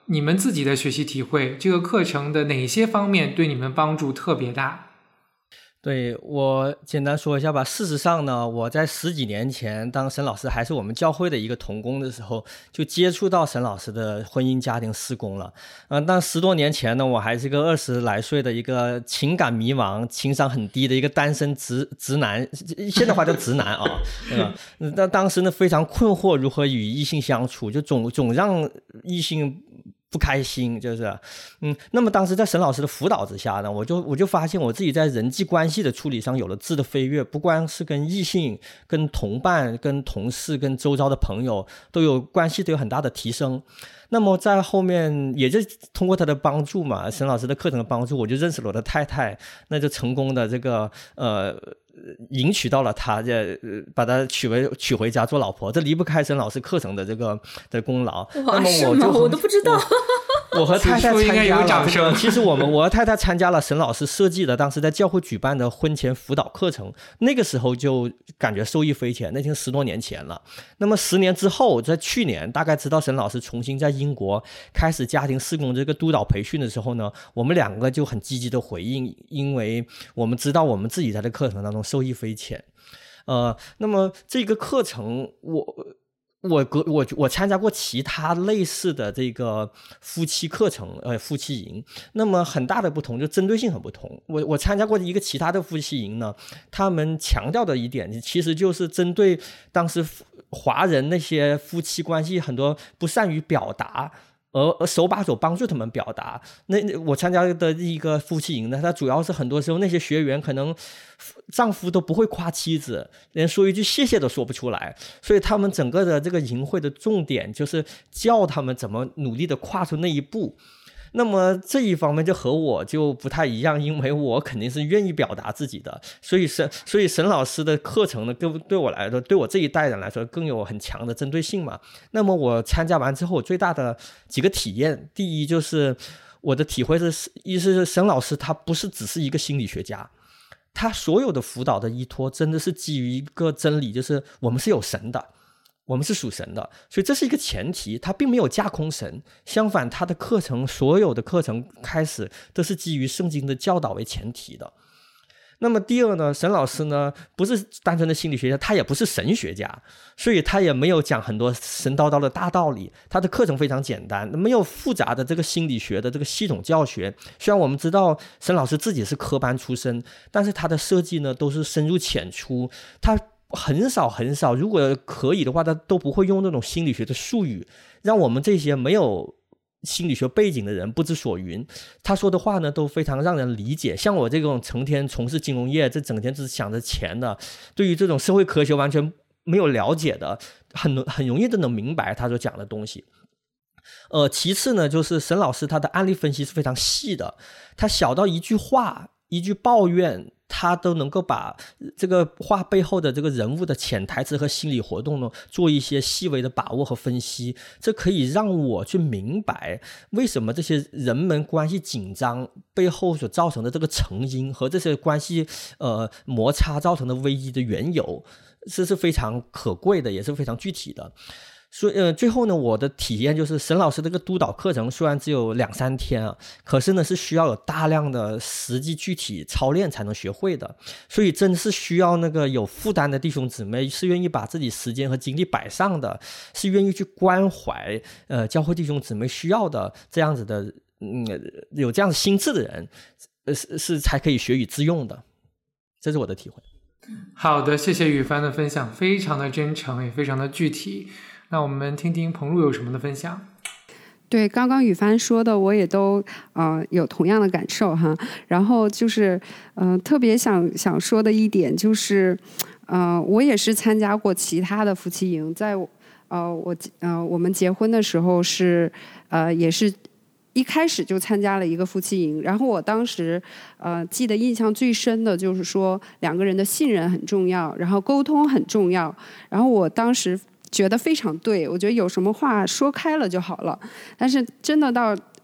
你们自己的学习体会，这个课程的哪些方面对你们帮助特别大？ 对，我简单说一下吧。事实上呢，我在10几年前，当沈老师还是我们教会的一个同工的时候，就接触到沈老师的婚姻家庭事工了。但10多年前呢，我还是一个20来岁的一个情感迷茫、情商很低的一个单身直男，现在话叫直男啊。当时呢非常困惑如何与异性相处，就总让异性不开心，那么当时在沈老师的辅导之下呢，我就发现我自己在人际关系的处理上有了质的飞跃，不光是跟异性、跟同伴、跟同事、跟周遭的朋友关系都有很大的提升。那么在后面也就通过他的帮助嘛，沈老师的课程的帮助，我就认识了我的太太，那就成功的迎娶到了她，把她娶回家做老婆，这离不开沈老师课程的的功劳。那么我都不知道。 我和太太参加了其实我和太太参加了沈老师设计的当时在教会举办的婚前辅导课程，那个时候就感觉受益匪浅，那已经10多年前了。那么10年之后，在去年大概知道沈老师重新在英国开始家庭事工这个督导培训的时候呢，我们2个就很积极的回应，因为我们知道我们自己在这课程当中受益匪浅。那么这个课程我参加过其他类似的这个夫妻课程，夫妻营，那么很大的不同就针对性很不同。我参加过一个其他的夫妻营呢，他们强调的一点其实就是针对当时华人那些夫妻关系很多不善于表达，而手把手帮助他们表达。那我参加的一个夫妻营呢，它主要是很多时候那些学员可能丈夫都不会夸妻子，连说一句谢谢都说不出来，所以他们整个的这个营会的重点就是教他们怎么努力的跨出那一步。那么这一方面就和我就不太一样，因为我肯定是愿意表达自己的，所以沈老师的课程呢，对我来说，对我这一代人来说更有很强的针对性嘛。那么我参加完之后，我最大的几个体验，第一就是我的体会是，一是沈老师他不是只是一个心理学家，他所有的辅导的依托真的是基于一个真理，就是我们是有神的，我们是属神的，所以这是一个前提，他并没有架空神，相反他的课程，所有的课程开始都是基于圣经的教导为前提的。那么第二呢，沈老师呢不是单纯的心理学家，他也不是神学家，所以他也没有讲很多神叨叨的大道理，他的课程非常简单，没有复杂的这个心理学的这个系统教学。虽然我们知道沈老师自己是科班出身，但是他的设计呢都是深入浅出，他很少，如果可以的话，他都不会用那种心理学的术语，让我们这些没有心理学背景的人不知所云。他说的话呢都非常让人理解，像我这种成天从事金融业，这整天只想着钱的，对于这种社会科学完全没有了解的，很容易就能明白他所讲的东西。其次呢，就是沈老师他的案例分析是非常细的，他小到一句话一句抱怨，他都能够把这个话背后的这个人物的潜台词和心理活动呢做一些细微的把握和分析，这可以让我去明白为什么这些人们关系紧张背后所造成的这个成因和这些关系摩擦造成的危机的缘由，这是非常可贵的，也是非常具体的。所以最后呢，我的体验就是沈老师这个督导课程虽然只有2-3天啊，可是呢是需要有大量的实际具体操练才能学会的，所以真是需要那个有负担的弟兄姊妹，是愿意把自己时间和精力摆上的，是愿意去关怀教会弟兄姊妹需要的这样子的有这样心智的人，是才可以学以致用的，这是我的体会。 好的，谢谢宇帆的分享，非常的真诚，也非常的具体。那我们听听彭璐有什么的分享。 对，刚刚宇帆说的我也都有同样的感受哈。然后就是特别想说的一点就是我也是参加过其他的夫妻营，在我们结婚的时候是也是一开始就参加了一个夫妻营，然后我当时记得印象最深的就是说2个人的信任很重要，然后沟通很重要，然后我当时觉得非常对，我觉得有什么话说开了就好了。但是真的到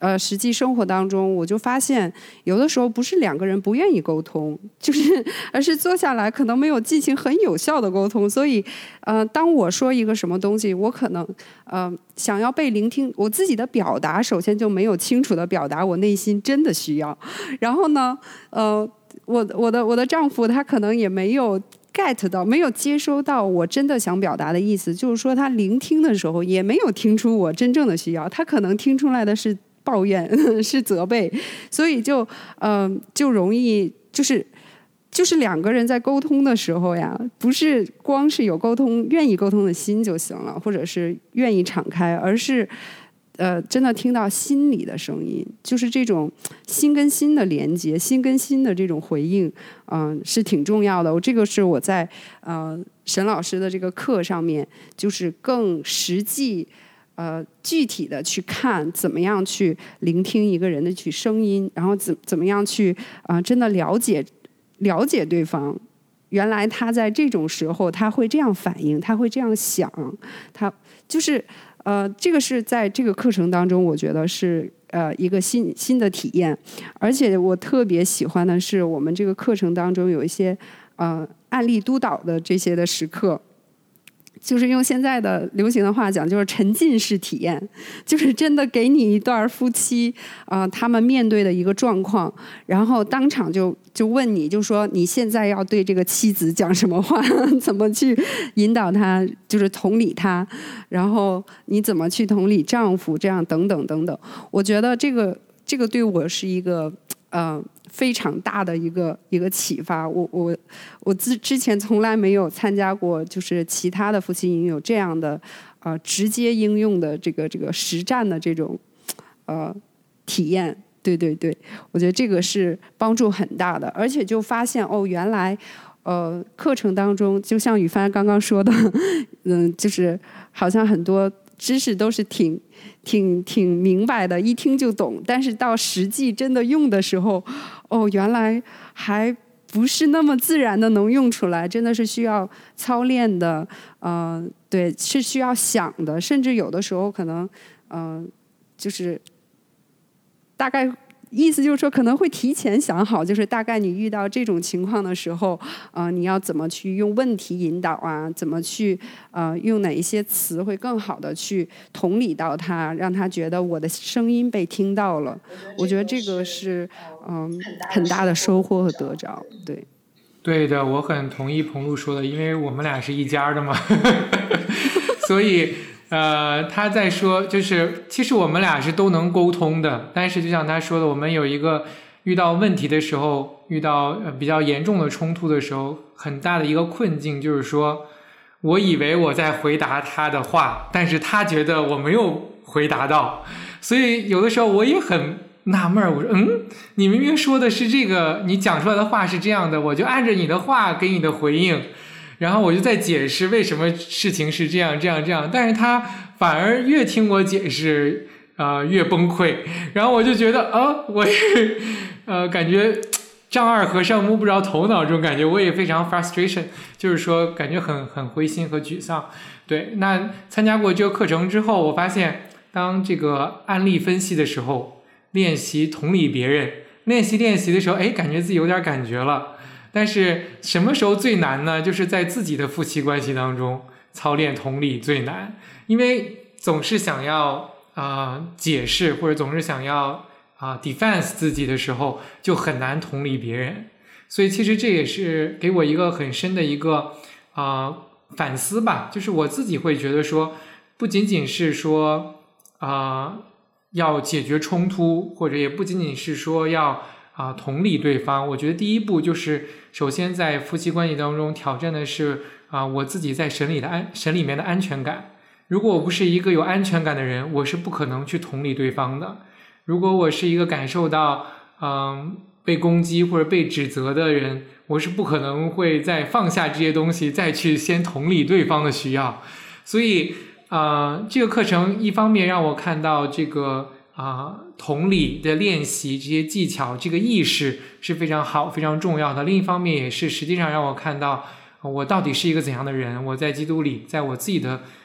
实际生活当中，我就发现有的时候不是两个人不愿意沟通，而是坐下来可能没有进行很有效的沟通。所以当我说一个什么东西，我可能想要被聆听，我自己的表达首先就没有清楚的表达我内心真的需要，然后呢我的丈夫他可能也没有get 到，没有接收到我真的想表达的意思，就是说他聆听的时候也没有听出我真正的需要，他可能听出来的是抱怨是责备，所以就容易就是两个人在沟通的时候呀，不是光是有沟通愿意沟通的心就行了，或者是愿意敞开，而是真的听到心里的声音，就是这种心跟心的连接，心跟心的这种回应，是挺重要的。这个是我在沈老师的这个课上面，就是更实际具体的去看怎么样去聆听一个人的声音，然后怎么样去真的了解对方，原来他在这种时候他会这样反应，他会这样想，他就是这个是在这个课程当中我觉得是一个新的体验。而且我特别喜欢的是我们这个课程当中有一些案例督导的这些的时刻，就是用现在的流行的话讲，就是沉浸式体验，就是真的给你一对夫妻他们面对的一个状况，然后当场就问你，就说你现在要对这个妻子讲什么话，怎么去引导他，就是同理他，然后你怎么去同理丈夫，这样等等等等。我觉得这个对我是一个非常大的一个启发。我之前从来没有参加过，就是其他的夫妻营有这样的直接应用的这个实战的这种体验。对对对，我觉得这个是帮助很大的。而且就发现原来课程当中，就像雨帆刚刚说的，就是好像很多知识都是挺明白的，一听就懂，但是到实际真的用的时候，原来还不是那么自然的能用出来，真的是需要操练的，对，是需要想的，甚至有的时候可能就是大概意思就是说可能会提前想好，就是大概你遇到这种情况的时候你要怎么去用问题引导啊，怎么去用哪一些词会更好的去同理到他，让他觉得我的声音被听到了。我觉得这个是很大的收获和得着。 对的，我很同意彭璐说的，因为我们俩是一家的嘛所以他在说就是其实我们俩是都能沟通的，但是就像他说的，我们有一个遇到问题的时候，遇到比较严重的冲突的时候，很大的一个困境就是说，我以为我在回答他的话，但是他觉得我没有回答到，所以有的时候我也很纳闷，我说你明明说的是这个，你讲出来的话是这样的，我就按着你的话给你的回应，然后我就在解释为什么事情是这样，但是他反而越听我解释越崩溃，然后我就觉得我也感觉丈二和尚摸不着头脑这种感觉，我也非常 frustration， 就是说感觉很灰心和沮丧。对，那参加过这个课程之后，我发现当这个案例分析的时候，练习同理别人，练习的时候感觉自己有点感觉了。但是什么时候最难呢？就是在自己的夫妻关系当中操练同理最难，因为总是想要解释，或者总是想要defense 自己的时候，就很难同理别人。所以其实这也是给我一个很深的一个反思吧，就是我自己会觉得说，不仅仅是说要解决冲突，或者也不仅仅是说要同理对方。我觉得第一步就是首先在夫妻关系当中挑战的是我自己在神里面的安全感。如果我不是一个有安全感的人，我是不可能去同理对方的。如果我是一个感受到被攻击或者被指责的人，我是不可能会再放下这些东西再去先同理对方的需要。所以这个课程一方面让我看到这个同理的练习，这些技巧，这个意识是非常好非常重要的。另一方面也是实际上让我看到我到底是一个怎样的人，我在基督里，在我自己的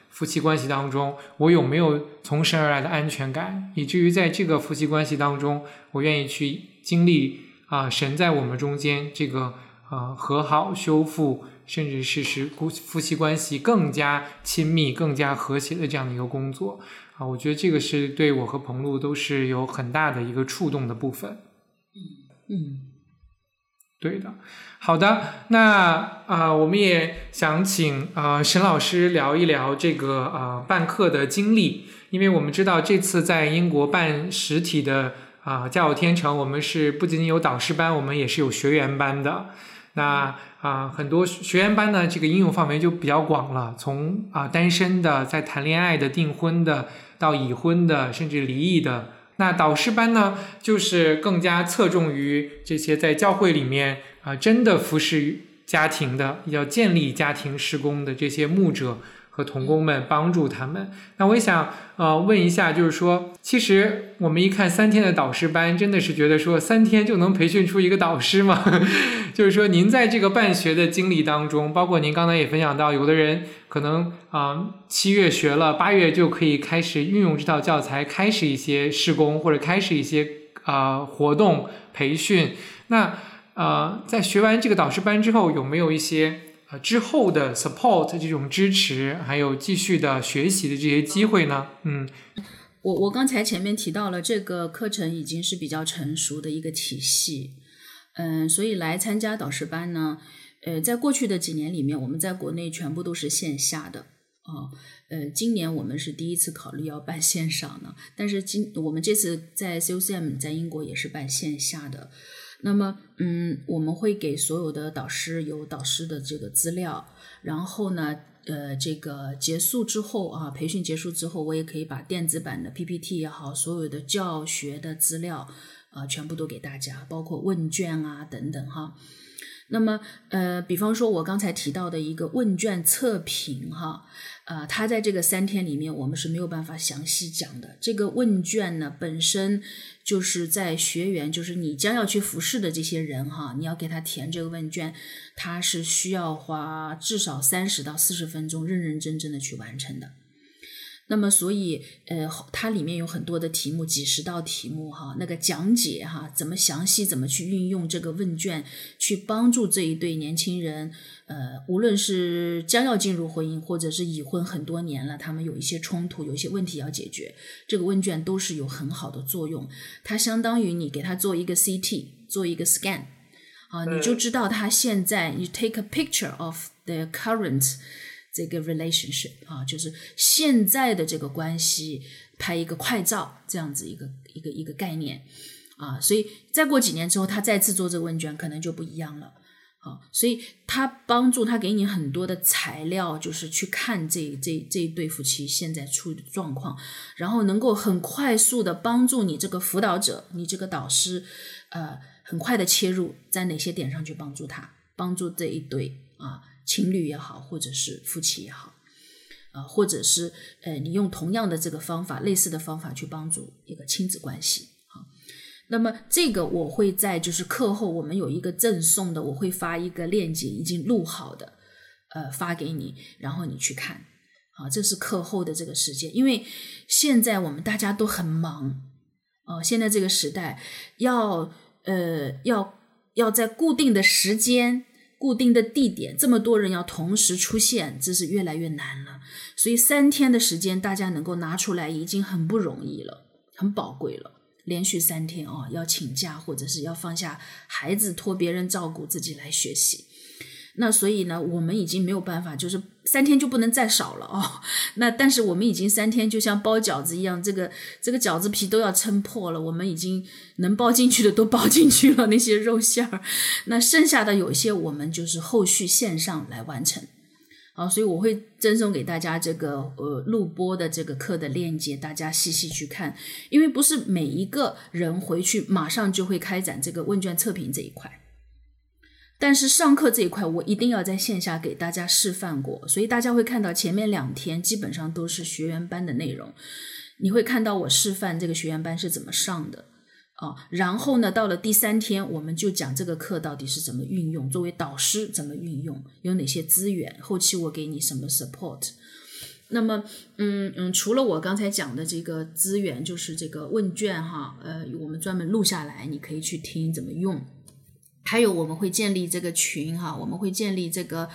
夫妻关系当中，我有没有从神而来的安全感，以至于在这个夫妻关系当中，我愿意去经历神在我们中间这个和好修复，甚至是使夫妻关系更加亲密更加和谐的这样的一个工作我觉得这个是对我和彭璐都是有很大的一个触动的部分。对的。好的，那我们也想请沈老师聊一聊这个办课的经历，因为我们知道这次在英国办实体的家有天成，我们是不仅仅有导师班，我们也是有学员班的。那很多学员班呢，这个应用范围就比较广了，从单身的，在谈恋爱的，订婚的，到已婚的，甚至离异的。那导师班呢，就是更加侧重于这些在教会里面真的服侍家庭的，要建立家庭事工的这些牧者和同工们，帮助他们。那我也想问一下，就是说其实我们一看3天的导师班，真的是觉得说3天就能培训出一个导师吗？就是说您在这个办学的经历当中，包括您刚才也分享到，有的人可能7月学了，8月就可以开始运用这套教材，开始一些事工或者开始一些活动培训。那在学完这个导师班之后，有没有一些之后的 support 这种支持，还有继续的学习的这些机会呢？ 我刚才前面提到了，这个课程已经是比较成熟的一个体系，所以来参加导师班呢，在过去的几年里面，我们在国内全部都是线下的今年我们是第一次考虑要办线上呢，但是我们这次在 COCM 在英国也是办线下的。那么我们会给所有的导师有导师的这个资料，然后呢这个结束之后培训结束之后，我也可以把电子版的 PPT 也好，所有的教学的资料全部都给大家，包括问卷等等哈。那么比方说我刚才提到的一个问卷测评它在这个3天里面我们是没有办法详细讲的。这个问卷呢本身就是在学员，就是你将要去服侍的这些人你要给他填这个问卷，他是需要花至少30到40分钟认认真真的去完成的。那么所以它里面有很多的题目，几十道题目那个讲解怎么详细怎么去运用这个问卷去帮助这一对年轻人，无论是将要进入婚姻或者是已婚很多年了，他们有一些冲突，有一些问题要解决，这个问卷都是有很好的作用。它相当于你给他做一个 CT 做一个 scan你就知道他现在 you take a picture of the current这个 relationship 就是现在的这个关系，拍一个快照，这样子一个概念所以再过几年之后他再次做这个问卷可能就不一样了所以他帮助他给你很多的材料，就是去看这一对夫妻现在处的状况，然后能够很快速的帮助你这个辅导者，你这个导师很快的切入在哪些点上去帮助他，帮助这一对情侣也好，或者是夫妻也好或者是你用同样的这个方法，类似的方法去帮助一个亲子关系那么这个我会在就是课后我们有一个赠送的，我会发一个链接已经录好的发给你，然后你去看这是课后的这个时间。因为现在我们大家都很忙现在这个时代要在固定的时间固定的地点，这么多人要同时出现，这是越来越难了。所以3天的时间大家能够拿出来已经很不容易了，很宝贵了。连续3天要请假，或者是要放下孩子托别人照顾，自己来学习。那所以呢我们已经没有办法，就是3天就不能再少了那但是我们已经3天就像包饺子一样，这个饺子皮都要撑破了，我们已经能包进去的都包进去了，那些肉馅儿。那剩下的有一些我们就是后续线上来完成所以我会赠送给大家这个录播的这个课的链接，大家细细去看。因为不是每一个人回去马上就会开展这个问卷测评这一块，但是上课这一块我一定要在线下给大家示范过，所以大家会看到前面2天基本上都是学员班的内容，你会看到我示范这个学员班是怎么上的然后呢到了第3天我们就讲这个课到底是怎么运用，作为导师怎么运用，有哪些资源，后期我给你什么 support 那么除了我刚才讲的这个资源，就是这个问卷哈，我们专门录下来，你可以去听怎么用。还有我们会建立这个群哈，我们会建立这个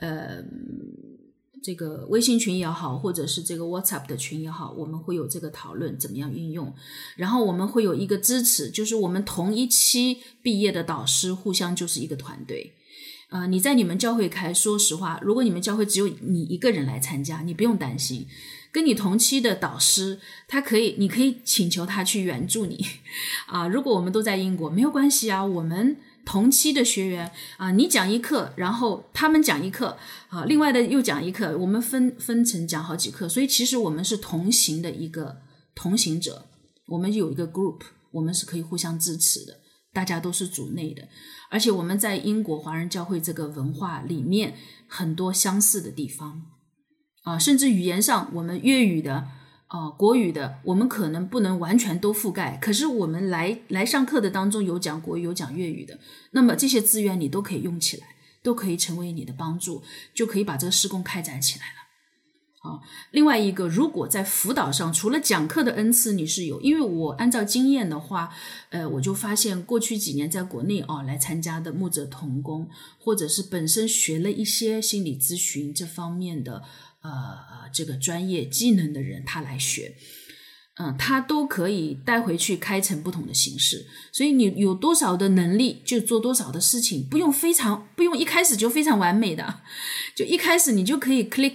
微信群也好，或者是这个 WhatsApp 的群也好，我们会有这个讨论怎么样运用。然后我们会有一个支持，就是我们同一期毕业的导师互相就是一个团队。你在你们教会开，说实话，如果你们教会只有你一个人来参加，你不用担心，跟你同期的导师你可以请求他去援助你如果我们都在英国没有关系啊，我们同期的学员你讲一课，然后他们讲一课另外的又讲一课，我们分成讲好几课，所以其实我们是同行的一个同行者，我们有一个 group， 我们是可以互相支持的，大家都是组内的，而且我们在英国华人教会这个文化里面很多相似的地方甚至语言上我们粤语的国语的我们可能不能完全都覆盖，可是我们来上课的当中有讲国语有讲粤语的，那么这些资源你都可以用起来，都可以成为你的帮助，就可以把这个事工开展起来了另外一个，如果在辅导上除了讲课的恩赐你是有，因为我按照经验的话我就发现过去几年在国内来参加的牧者同工，或者是本身学了一些心理咨询这方面的这个专业技能的人，他来学他都可以带回去开成不同的形式，所以你有多少的能力就做多少的事情，不用一开始就非常完美的，就一开始你就可以 click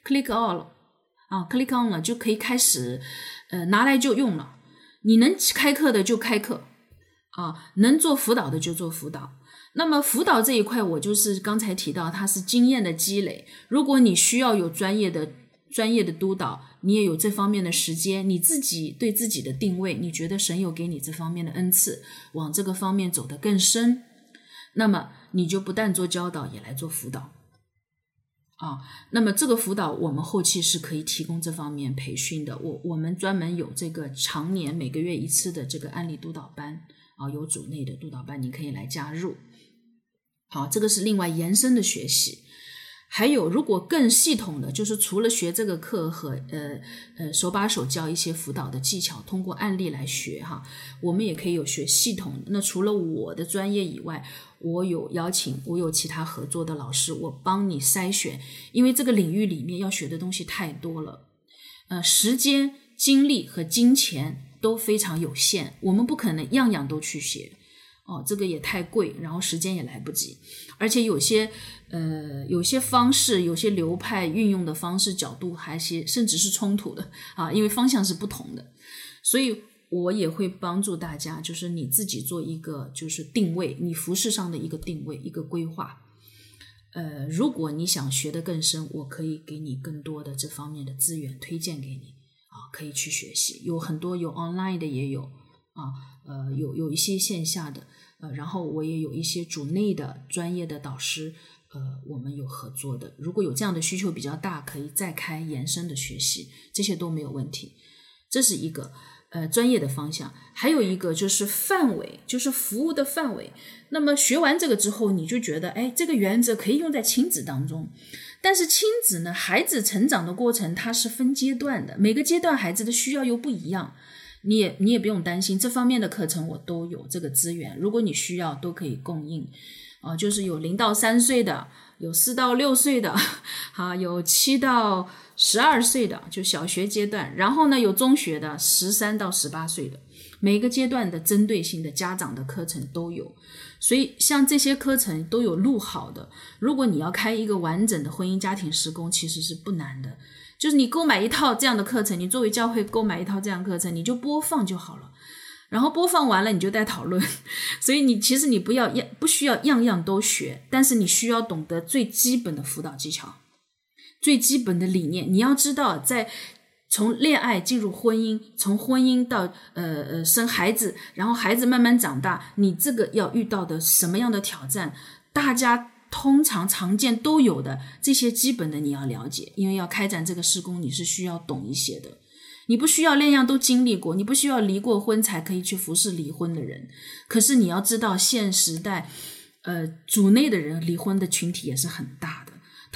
on 了click on 了，就可以开始拿来就用了，你能开课的就开课能做辅导的就做辅导。那么辅导这一块我就是刚才提到它是经验的积累，如果你需要有专业的督导，你也有这方面的时间，你自己对自己的定位，你觉得神有给你这方面的恩赐，往这个方面走得更深，那么你就不但做教导也来做辅导那么这个辅导我们后期是可以提供这方面培训的，我们专门有这个常年每个月一次的这个案例督导班有组内的督导班，你可以来加入。好，这个是另外延伸的学习。还有如果更系统的，就是除了学这个课和手把手教一些辅导的技巧，通过案例来学我们也可以有学系统的。那除了我的专业以外，我有其他合作的老师，我帮你筛选，因为这个领域里面要学的东西太多了时间精力和金钱都非常有限，我们不可能样样都去学这个也太贵，然后时间也来不及，而且有些方式有些流派运用的方式角度还甚至是冲突的因为方向是不同的，所以我也会帮助大家，就是你自己做一个就是定位，你服事上的一个定位一个规划如果你想学得更深，我可以给你更多的这方面的资源推荐给你可以去学习，有很多有 online 的也有有一些线下的然后我也有一些主内的专业的导师我们有合作的，如果有这样的需求比较大，可以再开延伸的学习，这些都没有问题。这是一个专业的方向。还有一个就是范围，就是服务的范围。那么学完这个之后，你就觉得这个原则可以用在亲子当中，但是亲子呢，孩子成长的过程它是分阶段的，每个阶段孩子的需要又不一样，你也不用担心，这方面的课程我都有这个资源，如果你需要都可以供应就是有0到3岁的，有4到6岁的有7到12岁的，就小学阶段，然后呢有中学的13到18岁的，每个阶段的针对性的家长的课程都有，所以像这些课程都有录好的，如果你要开一个完整的婚姻家庭事工其实是不难的，就是你购买一套这样的课程，你作为教会购买一套这样的课程，你就播放就好了，然后播放完了你就带讨论，所以其实你不需要样样都学，但是你需要懂得最基本的辅导技巧，最基本的理念，你要知道在从恋爱进入婚姻，从婚姻到生孩子，然后孩子慢慢长大，你这个要遇到的什么样的挑战，大家通常见都有的，这些基本的你要了解，因为要开展这个事工你是需要懂一些的，你不需要样样都经历过，你不需要离过婚才可以去服侍离婚的人，可是你要知道现时代主内的人离婚的群体也是很大的，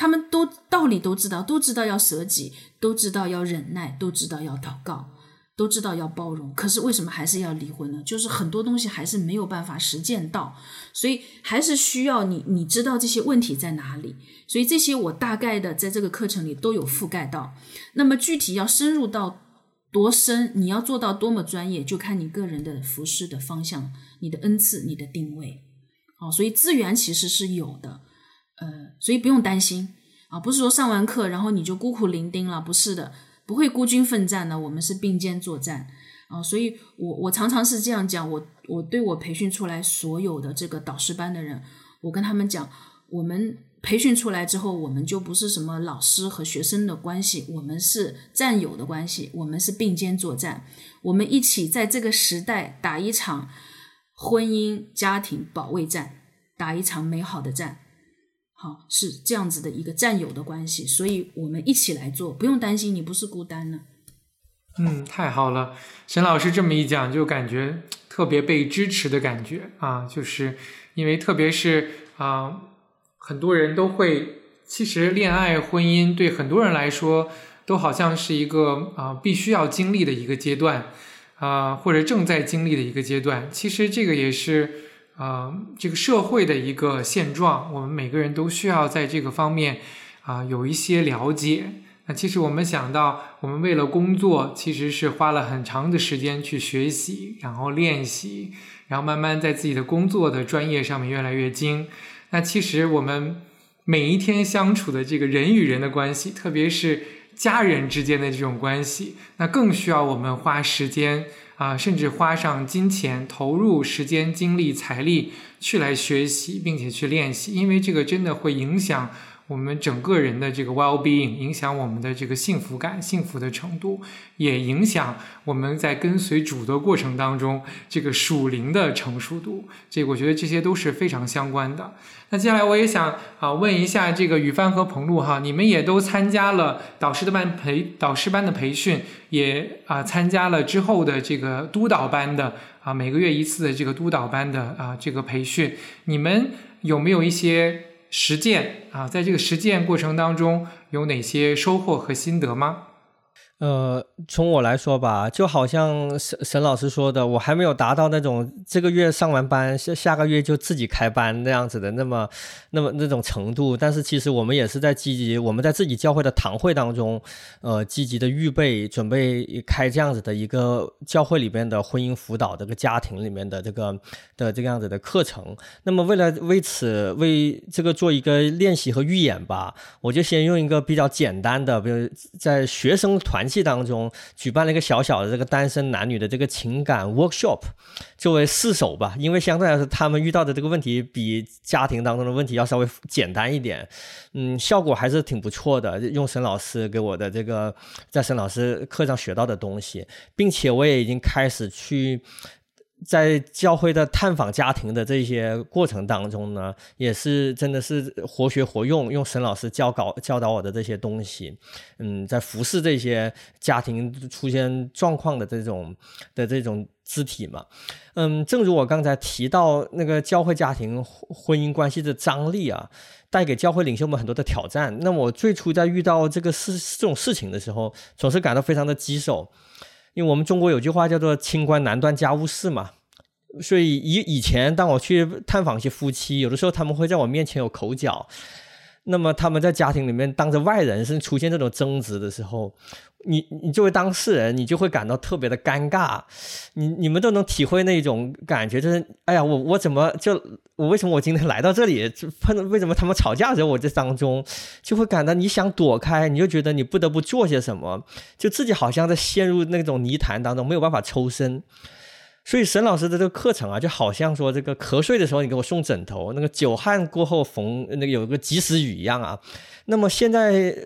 他们都道理都知道要舍己，都知道要忍耐，都知道要祷告，都知道要包容，可是为什么还是要离婚呢？就是很多东西还是没有办法实践到，所以还是需要你知道这些问题在哪里。所以这些我大概的在这个课程里都有覆盖到。那么具体要深入到多深，你要做到多么专业，就看你个人的服事的方向，你的恩赐，你的定位。所以资源其实是有的，所以不用担心啊，不是说上完课然后你就孤苦伶仃了，不是的，不会孤军奋战的，我们是并肩作战啊。所以我常常是这样讲，我对我培训出来所有的这个导师班的人，我跟他们讲，我们培训出来之后，我们就不是什么老师和学生的关系，我们是战友的关系，我们是并肩作战，我们一起在这个时代打一场婚姻家庭保卫战，打一场美好的战。好，是这样子的一个战友的关系，所以我们一起来做，不用担心，你不是孤单的。 太好了，沈老师这么一讲，就感觉特别被支持的感觉啊，就是因为特别是很多人都会，其实恋爱婚姻对很多人来说都好像是一个必须要经历的一个阶段或者正在经历的一个阶段。其实这个也是这个社会的一个现状，我们每个人都需要在这个方面有一些了解。那其实我们想到，我们为了工作其实是花了很长的时间去学习，然后练习，然后慢慢在自己的工作的专业上面越来越精。那其实我们每一天相处的这个人与人的关系，特别是家人之间的这种关系，那更需要我们花时间甚至花上金钱，投入时间、精力、财力去来学习，并且去练习，因为这个真的会影响我们整个人的这个 well-being， 影响我们的这个幸福感、幸福的程度，也影响我们在跟随主的过程当中这个属灵的成熟度。这个我觉得这些都是非常相关的。那接下来我也想问一下这个宇帆和彭璐你们也都参加了导师班的培训，也参加了之后的这个督导班的每个月一次的这个督导班的这个培训，你们有没有一些实践在这个实践过程当中有哪些收获和心得吗？ 从我来说吧，就好像沈老师说的，我还没有达到那种这个月上完班下个月就自己开班那样子的那种程度，但是其实我们也是在积极，我们在自己教会的堂会当中积极的预备准备开这样子的一个教会里边的婚姻辅导这个家庭里面的这个样子的课程。那么为这个做一个练习和预演吧，我就先用一个比较简单的，比如在学生团契当中举办了一个小小的这个单身男女的这个情感 workshop 作为试手吧，因为相对来说他们遇到的这个问题比家庭当中的问题要稍微简单一点，效果还是挺不错的，用沈老师给我的这个在沈老师课上学到的东西，并且我也已经开始去在教会的探访家庭的这些过程当中呢，也是真的是活学活用，用沈老师教导我的这些东西，在服侍这些家庭出现状况的这种肢体嘛。正如我刚才提到，那个教会家庭婚姻关系的张力带给教会领袖们很多的挑战。那我最初在遇到这种事情的时候，总是感到非常的棘手。因为我们中国有句话叫做清官难断家务事嘛，所以以前当我去探访一些夫妻，有的时候他们会在我面前有口角，那么他们在家庭里面当着外人甚至出现这种争执的时候，你作为当事人你就会感到特别的尴尬，你们都能体会那种感觉，就是哎呀我为什么我今天来到这里，为什么他们吵架的时候我在当中，就会感到你想躲开，你就觉得你不得不做些什么，就自己好像在陷入那种泥潭当中没有办法抽身。所以沈老师的这个课程就好像说这个瞌睡的时候你给我送枕头，那个久旱过后有个及时雨一样那么现在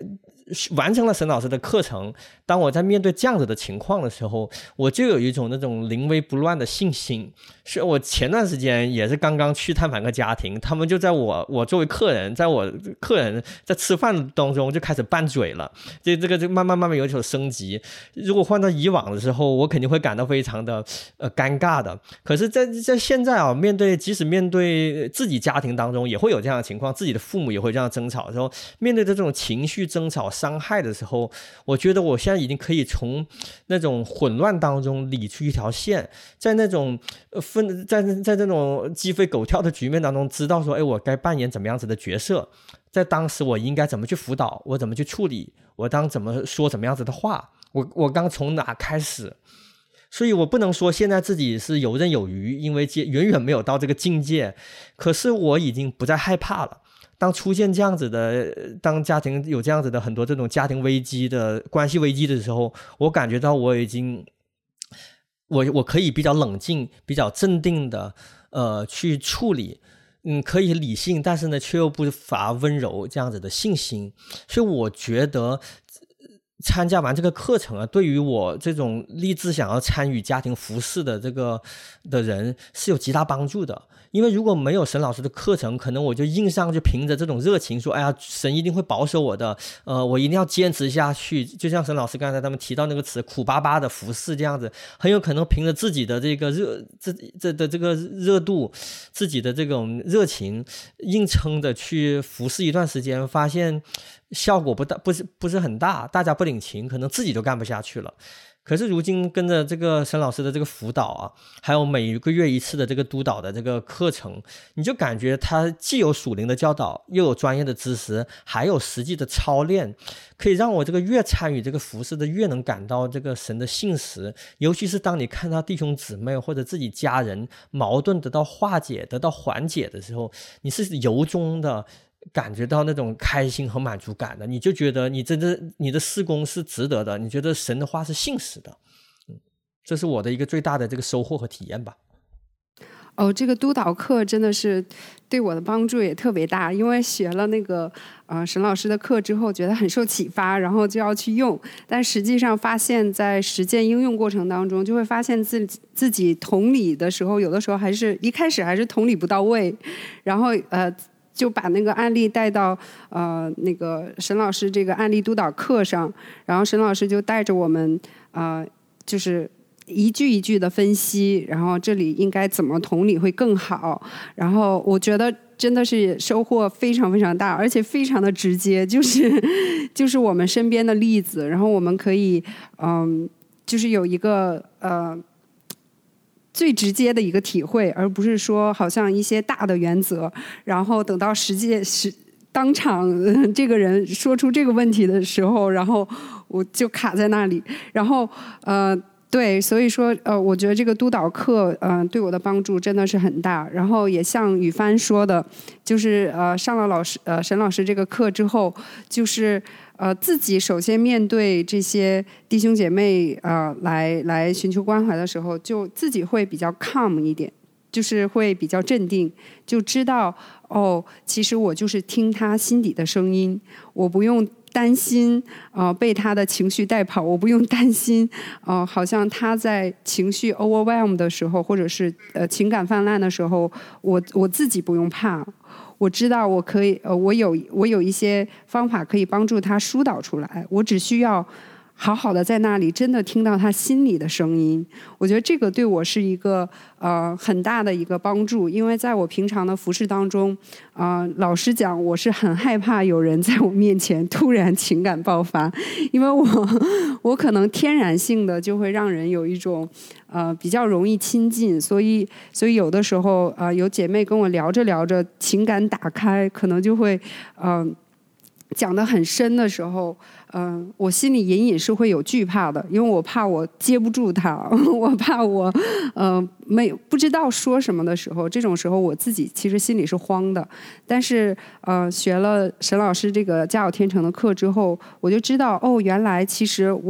完成了沈老师的课程，当我在面对这样子的情况的时候，我就有一种那种临危不乱的信心。是我前段时间也是刚刚去探访个家庭，他们就在我作为客人，在我客人在吃饭当中就开始拌嘴了，这个就慢慢有所升级。如果换到以往的时候，我肯定会感到非常的尴尬的。可是在现在啊，即使面对自己家庭当中也会有这样的情况，自己的父母也会这样争吵的时候，面对这种情绪争吵伤害的时候，我觉得我现在已经可以从那种混乱当中理出一条线，在那种在这种鸡飞狗跳的局面当中，知道说，我该扮演怎么样子的角色，在当时我应该怎么去辅导，我怎么去处理，我怎么说怎么样子的话，我刚从哪开始。所以我不能说现在自己是游刃有余，因为远远没有到这个境界，可是我已经不再害怕了。当出现这样子的，当家庭有这样子的很多这种家庭危机的关系危机的时候，我感觉到我已经我可以比较冷静比较镇定的去处理，可以理性，但是呢却又不乏温柔这样子的信心。所以我觉得参加完这个课程啊，对于我这种立志想要参与家庭服侍的的人是有极大帮助的。因为如果没有沈老师的课程，可能我就硬上去凭着这种热情说，哎呀，神一定会保守我的，我一定要坚持下去。就像沈老师刚才他们提到那个词，苦巴巴的服侍这样子，很有可能凭着自己的这个这个热度，自己的这种热情，硬撑着去服侍一段时间，发现效果不是很大，大家不领情，可能自己都干不下去了。可是如今跟着这个沈老师的这个辅导啊，还有每个月一次的这个督导的这个课程，你就感觉他既有属灵的教导，又有专业的知识，还有实际的操练，可以让我这个越参与这个服事的越能感到这个神的信实。尤其是当你看到弟兄姊妹或者自己家人矛盾得到化解得到缓解的时候，你是由衷的感觉到那种开心和满足感的，你就觉得你的事工是值得的，你觉得神的话是信实的。这是我的一个最大的这个收获和体验吧。 这个督导课真的是对我的帮助也特别大，因为学了那个沈老师的课之后，觉得很受启发，然后就要去用，但实际上发现在实践应用过程当中，就会发现自己同理的时候，有的时候一开始还是同理不到位，然后就把那个案例带到那个沈老师这个案例督导课上，然后沈老师就带着我们就是一句一句的分析，然后这里应该怎么同理会更好，然后我觉得真的是收获非常非常大，而且非常的直接，就是我们身边的例子，然后我们可以就是有一个最直接的一个体会，而不是说好像一些大的原则，然后等到当场这个人说出这个问题的时候，然后我就卡在那里，然后对，所以说我觉得这个督导课对我的帮助真的是很大。然后也像雨帆说的，就是上了沈老师这个课之后，就是自己首先面对这些弟兄姐妹来寻求关怀的时候，就自己会比较 calm 一点，就是会比较镇定，就知道其实我就是听他心底的声音，我不用担心被他的情绪带跑，我不用担心好像他在情绪 overwhelm 的时候，或者是情感泛滥的时候，我自己不用怕，我知道我可以我有一些方法可以帮助他疏导出来，我只需要好好的在那里真的听到他心里的声音。我觉得这个对我是一个很大的一个帮助，因为在我平常的服事当中老实讲我是很害怕有人在我面前突然情感爆发，因为我可能天然性的就会让人有一种比较容易亲近，所以有的时候有姐妹跟我聊着聊着情感打开，可能就会讲得很深的时候我心里隐隐是会有惧怕的，因为我怕我接不住他，我怕我不知道说什么的时候，这种时候我自己其实心里是慌的。但是学了沈老师这个家有天成的课之后，我就知道原来其实我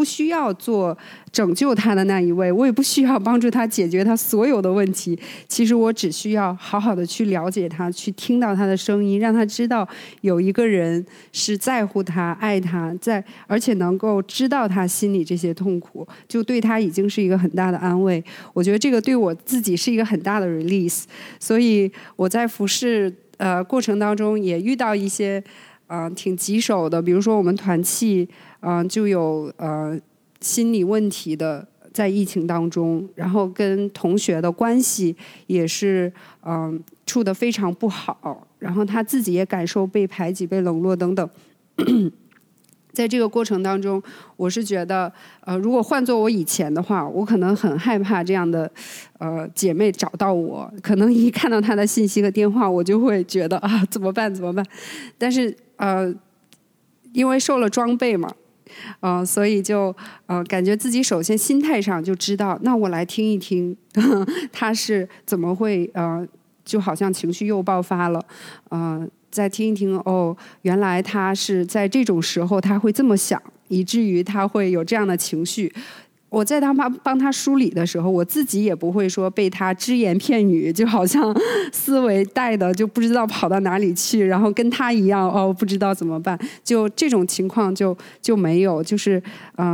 不需要做拯救他的那一位，我也不需要帮助他解决他所有的问题。其实我只需要好好的去了解他，去听到他的声音，让他知道有一个人是在乎他、爱他，而且能够知道他心里这些痛苦，就对他已经是一个很大的安慰。我觉得这个对我自己是一个很大的 release。所以我在服侍过程当中也遇到一些挺棘手的，比如说我们团契就有心理问题的，在疫情当中，然后跟同学的关系也是处得非常不好，然后他自己也感受被排挤、被冷落等等。在这个过程当中，我是觉得如果换做我以前的话，我可能很害怕这样的姐妹找到我，可能一看到她的信息和电话，我就会觉得怎么办？但是因为受了装备嘛，所以就感觉自己首先心态上就知道，那我来听一听他是怎么会就好像情绪又爆发了，再听一听原来他是在这种时候他会这么想，以至于他会有这样的情绪。我在帮他梳理的时候，我自己也不会说被他只言片语，就好像思维带的就不知道跑到哪里去，然后跟他一样不知道怎么办，就这种情况就没有，就是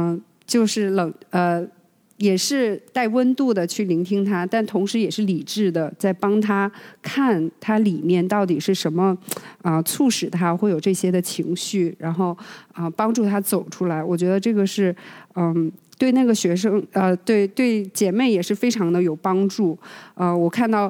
也是带温度的去聆听他，但同时也是理智的在帮他看他里面到底是什么促使他会有这些的情绪，然后帮助他走出来。我觉得这个是对那个学生对姐妹也是非常的有帮助。我看到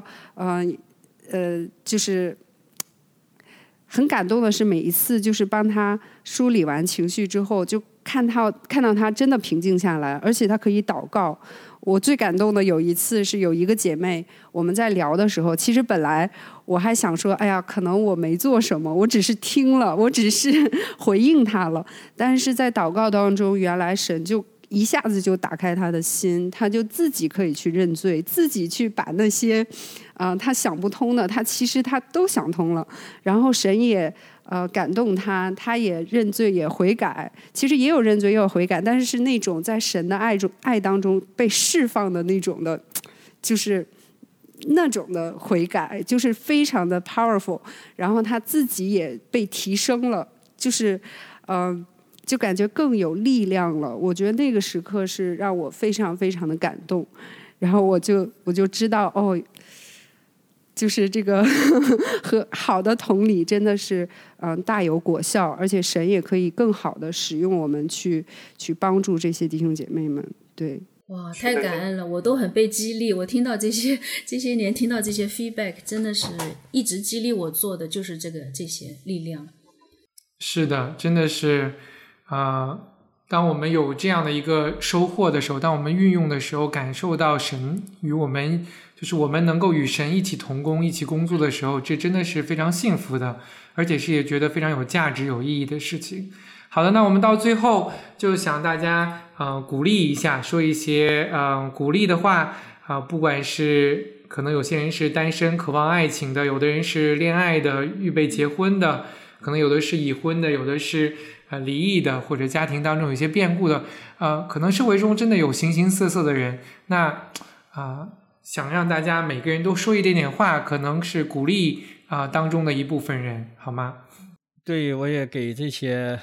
就是很感动的是，每一次就是帮他梳理完情绪之后，就看到他真的平静下来，而且他可以祷告。我最感动的有一次是有一个姐妹，我们在聊的时候，其实本来我还想说，哎呀，可能我没做什么，我只是听了，我只是回应她了。但是在祷告当中，原来神就一下子就打开他的心，他就自己可以去认罪，自己去把那些他想不通的，其实他都想通了。然后神也感动他，他也认罪也悔改。其实也有认罪也有悔改，但是是那种在神的爱当中被释放的那种的，就是那种的悔改，就是非常的 powerful。然后他自己也被提升了，就是就感觉更有力量了。我觉得那个时刻是让我非常非常的感动。然后我就知道就是这个和好的同理真的是大有果效，而且神也可以更好的使用我们去帮助这些弟兄姐妹们。对， 哇，太感恩了，我都很被激励。我听到这些年听到这些 feedback， 真的是一直激励我做的就是这些力量。是的， 真的是当我们有这样的一个收获的时候，当我们运用的时候，感受到神与我们，就是我们能够与神一起同工一起工作的时候，这真的是非常幸福的，而且是也觉得非常有价值有意义的事情。好的，那我们到最后就想大家鼓励一下，说一些鼓励的话不管是可能有些人是单身渴望爱情的，有的人是恋爱的预备结婚的，可能有的是已婚的，有的是离异的，或者家庭当中有一些变故的，可能社会中真的有形形色色的人。那想让大家每个人都说一点点话，可能是鼓励当中的一部分人，好吗？ 对，我也给这些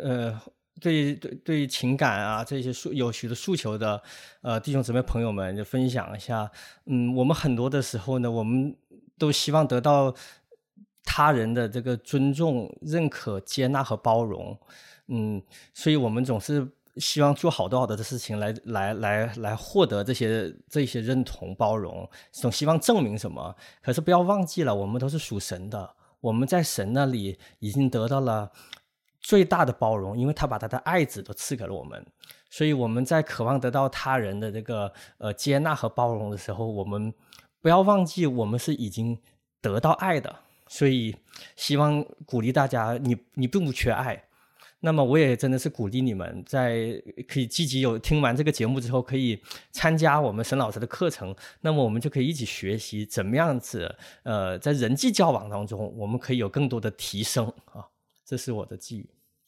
对情感这些有许多诉求的弟兄姊妹朋友们就分享一下。我们很多的时候呢，我们都希望得到他人的这个尊重、认可、接纳和包容，所以我们总是希望做好多好多的事情来获得这些认同、包容，总希望证明什么。可是不要忘记了，我们都是属神的，我们在神那里已经得到了最大的包容，因为他把他的爱子都赐给了我们。所以我们在渴望得到他人的这个接纳和包容的时候，我们不要忘记我们是已经得到爱的。所以希望鼓励大家，你并不缺爱。那么我也真的是鼓励你们，可以积极听完这个节目之后，可以参加我们沈老师的课程。那么我们就可以一起学习怎么样子在人际交往当中，我们可以有更多的提升这是我的寄语。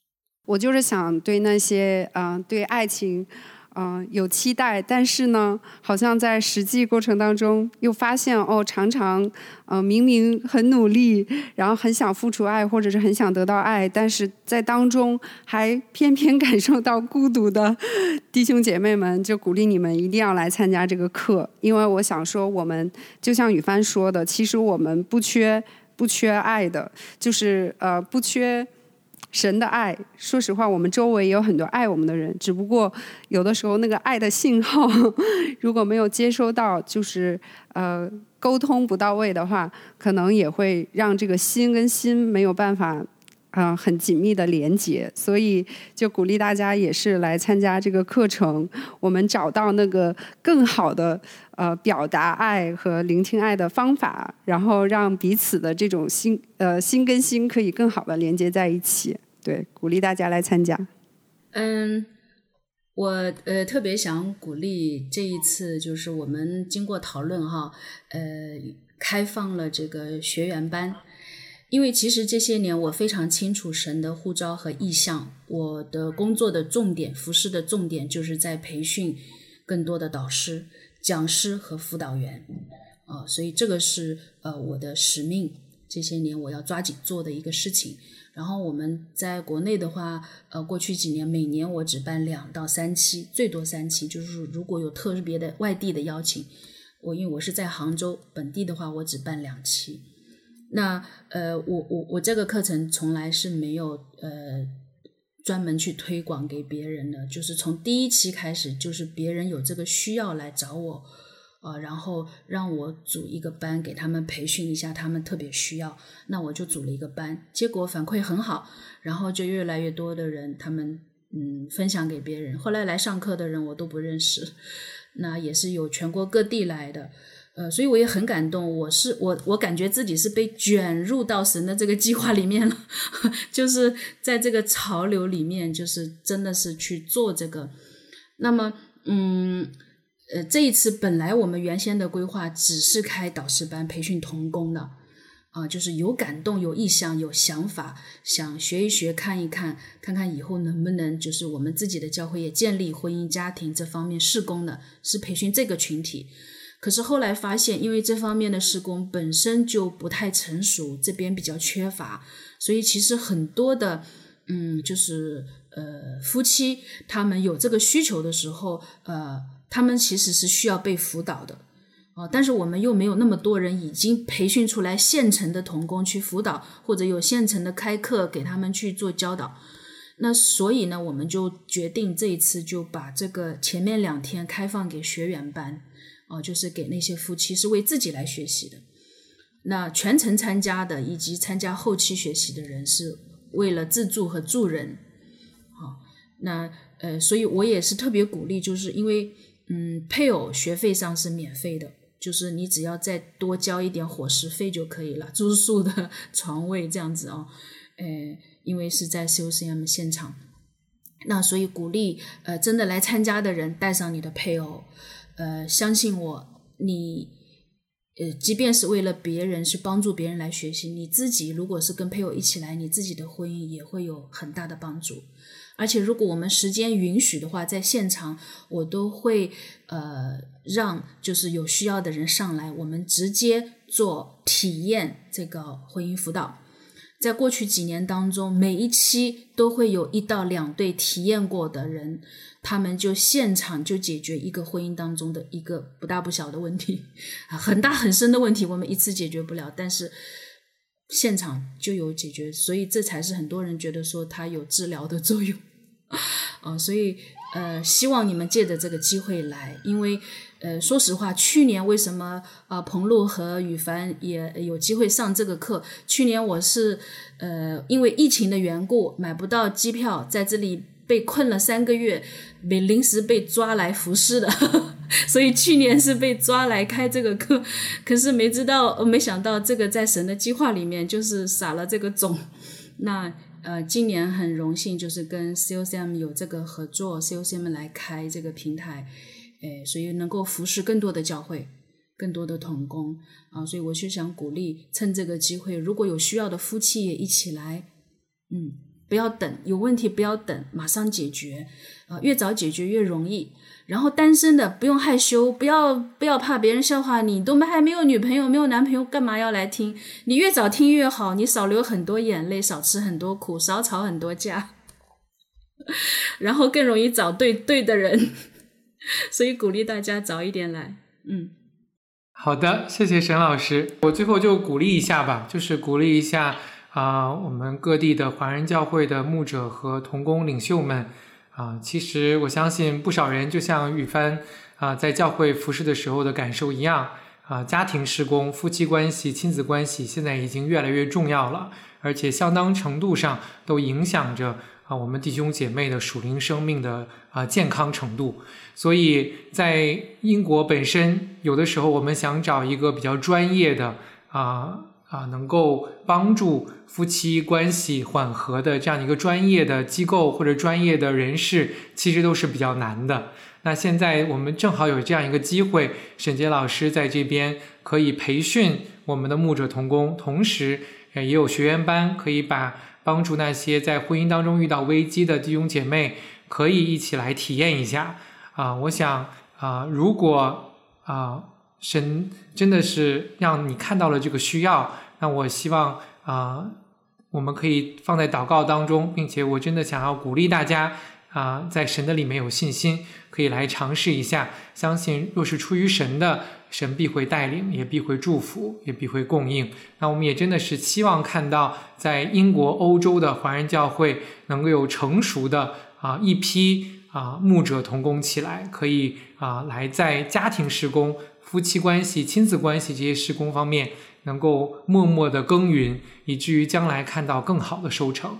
我就是想对那些对爱情有期待，但是呢好像在实际过程当中又发现常常明明很努力，然后很想付出爱或者是很想得到爱，但是在当中还偏偏感受到孤独的弟兄姐妹们，就鼓励你们一定要来参加这个课。因为我想说，我们就像雨帆说的，其实我们不缺爱的，就是不缺神的爱。说实话，我们周围也有很多爱我们的人，只不过有的时候那个爱的信号如果没有接收到，就是沟通不到位的话，可能也会让这个心跟心没有办法很紧密的连接。所以就鼓励大家也是来参加这个课程，我们找到那个更好的表达爱和聆听爱的方法，然后让彼此的这种心跟心可以更好的连接在一起。对，鼓励大家来参加。 我特别想鼓励这一次，就是我们经过讨论开放了这个学员班。因为其实这些年我非常清楚神的呼召和意向，我的工作的重点，服事的重点就是在培训更多的导师、讲师和辅导员所以这个是我的使命，这些年我要抓紧做的一个事情。然后我们在国内的话过去几年每年我只办2到3期，最多3期，就是如果有特别的外地的邀请，因为我是在杭州，本地的话我只办2期。那我这个课程从来是没有专门去推广给别人的，就是从第1期开始，就是别人有这个需要来找我然后让我组一个班给他们培训一下，他们特别需要，那我就组了一个班，结果反馈很好，然后就越来越多的人他们分享给别人，后来来上课的人我都不认识，那也是有全国各地来的所以我也很感动，我感觉自己是被卷入到神的这个计划里面了就是在这个潮流里面，就是真的是去做这个。那么这一次本来我们原先的规划只是开导师班培训同工的就是有感动有意向有想法，想学一学看一看，看看以后能不能就是我们自己的教会也建立婚姻家庭这方面事工的，是培训这个群体。可是后来发现因为这方面的事工本身就不太成熟，这边比较缺乏，所以其实很多的就是夫妻他们有这个需求的时候他们其实是需要被辅导的但是我们又没有那么多人已经培训出来现成的同工去辅导，或者有现成的开课给他们去做教导。那所以呢我们就决定这一次就把这个前面2天开放给学员班就是给那些夫妻是为自己来学习的，那全程参加的以及参加后期学习的人是为了自助和助人那所以我也是特别鼓励，就是因为配偶学费上是免费的，就是你只要再多交一点伙食费就可以了，住宿的床位这样子因为是在 COCM 现场，那所以鼓励真的来参加的人带上你的配偶相信我，你即便是为了别人是帮助别人来学习，你自己如果是跟配偶一起来，你自己的婚姻也会有很大的帮助。而且如果我们时间允许的话，在现场我都会让就是有需要的人上来，我们直接做体验这个婚姻辅导。在过去几年当中，每一期都会有1到2对体验过的人，他们就现场就解决一个婚姻当中的一个不大不小的问题很大很深的问题我们一次解决不了，但是现场就有解决，所以这才是很多人觉得说它有治疗的作用所以希望你们借着这个机会来，因为说实话去年为什么彭璐和雨帆也有机会上这个课，去年我是因为疫情的缘故买不到机票，在这里被困了3个月，临时被抓来服侍的所以去年是被抓来开这个课，可是没想到这个在神的计划里面就是撒了这个种。那今年很荣幸就是跟 COCM 有这个合作， COCM 来开这个平台所以能够服侍更多的教会，更多的同工所以我就想鼓励趁这个机会，如果有需要的夫妻也一起来不要等，有问题不要等，马上解决，越早解决越容易。然后单身的不用害羞，不要怕别人笑话你，都还没有女朋友没有男朋友，干嘛要来听？你越早听越好，你少流很多眼泪，少吃很多苦，少吵很多架，然后更容易找对的人。所以鼓励大家早一点来。 好的，谢谢沈老师。我最后就鼓励一下吧，就是鼓励一下我们各地的华人教会的牧者和同工领袖们。其实我相信不少人就像宇帆在教会服侍的时候的感受一样，家庭事工、夫妻关系、亲子关系现在已经越来越重要了，而且相当程度上都影响着我们弟兄姐妹的属灵生命的健康程度。所以在英国本身，有的时候我们想找一个比较专业的能够帮助夫妻关系缓和的这样一个专业的机构或者专业的人士，其实都是比较难的。那现在我们正好有这样一个机会，沈杰老师在这边可以培训我们的牧者同工，同时也有学员班，可以帮助那些在婚姻当中遇到危机的弟兄姐妹可以一起来体验一下。我想如果神真的是让你看到了这个需要，那我希望我们可以放在祷告当中，并且我真的想要鼓励大家在神的里面有信心，可以来尝试一下，相信若是出于神的，神必会带领，也必会祝福，也必会供应。那我们也真的是期望看到在英国、欧洲的华人教会能够有成熟的一批牧者同工起来，可以来在家庭事工、夫妻关系、亲子关系这些事工方面能够默默的耕耘，以至于将来看到更好的收成。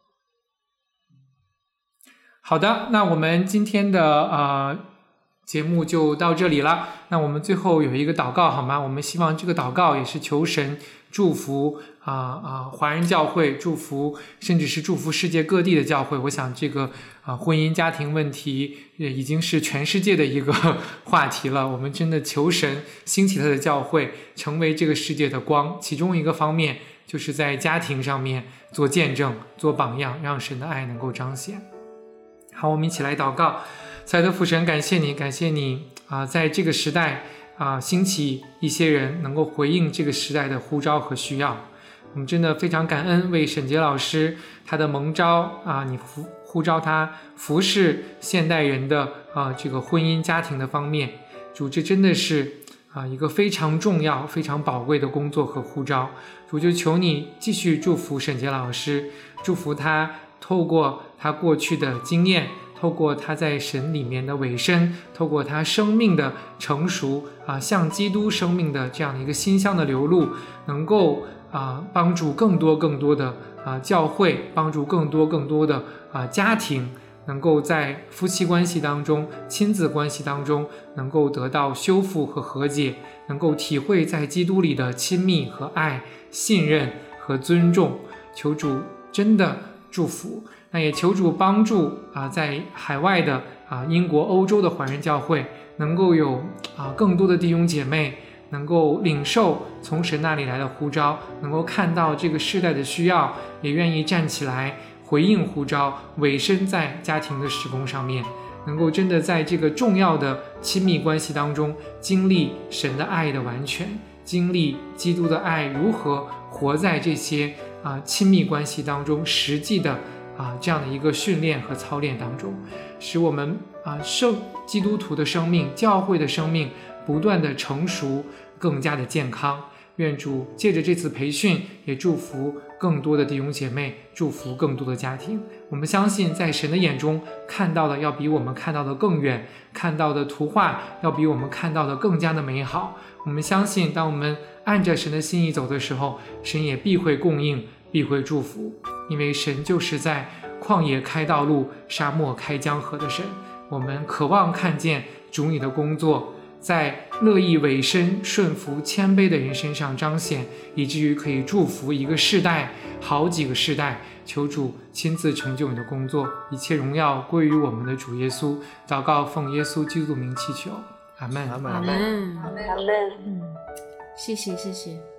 好的，那我们今天的节目就到这里了。那我们最后有一个祷告好吗？我们希望这个祷告也是求神祝福华人教会，祝福甚至是祝福世界各地的教会。我想这个婚姻家庭问题已经是全世界的一个话题了。我们真的求神兴起他的教会，成为这个世界的光。其中一个方面就是在家庭上面做见证、做榜样，让神的爱能够彰显。好，我们一起来祷告。亲爱的父神，感谢你在这个时代兴起一些人能够回应这个时代的呼召和需要。我们真的非常感恩，为沈杰老师他的蒙召你呼召他服侍现代人的这个婚姻家庭的方面。主，这真的是一个非常重要非常宝贵的工作和呼召。主，就求你继续祝福沈杰老师，祝福他透过他过去的经验，透过他在神里面的委身，透过他生命的成熟像基督生命的这样的一个馨香的流露，能够帮助更多的教会，帮助更多的家庭，能够在夫妻关系当中、亲子关系当中能够得到修复和和解，能够体会在基督里的亲密和爱、信任和尊重。求主真的祝福，那也求主帮助在海外的英国、欧洲的华人教会能够有更多的弟兄姐妹能够领受从神那里来的呼召，能够看到这个世代的需要，也愿意站起来回应呼召，委身在家庭的事工上面，能够真的在这个重要的亲密关系当中经历神的爱的完全，经历基督的爱如何活在这些亲密关系当中实际的这样的一个训练和操练当中，使我们基督徒的生命、教会的生命不断的成熟，更加的健康。愿主借着这次培训，也祝福更多的弟兄姐妹，祝福更多的家庭。我们相信在神的眼中看到的要比我们看到的更远，看到的图画要比我们看到的更加的美好。我们相信当我们按着神的心意走的时候，神也必会供应，必会祝福，因为神就是在旷野开道路，沙漠开江河的神。我们渴望看见主你的工作在乐意委身、顺服、谦卑的人身上彰显，以至于可以祝福一个世代、好几个世代。求主亲自成就你的工作，一切荣耀归于我们的主耶稣。祷告奉耶稣基督名祈求，阿们，阿们， 阿们，阿们。谢谢。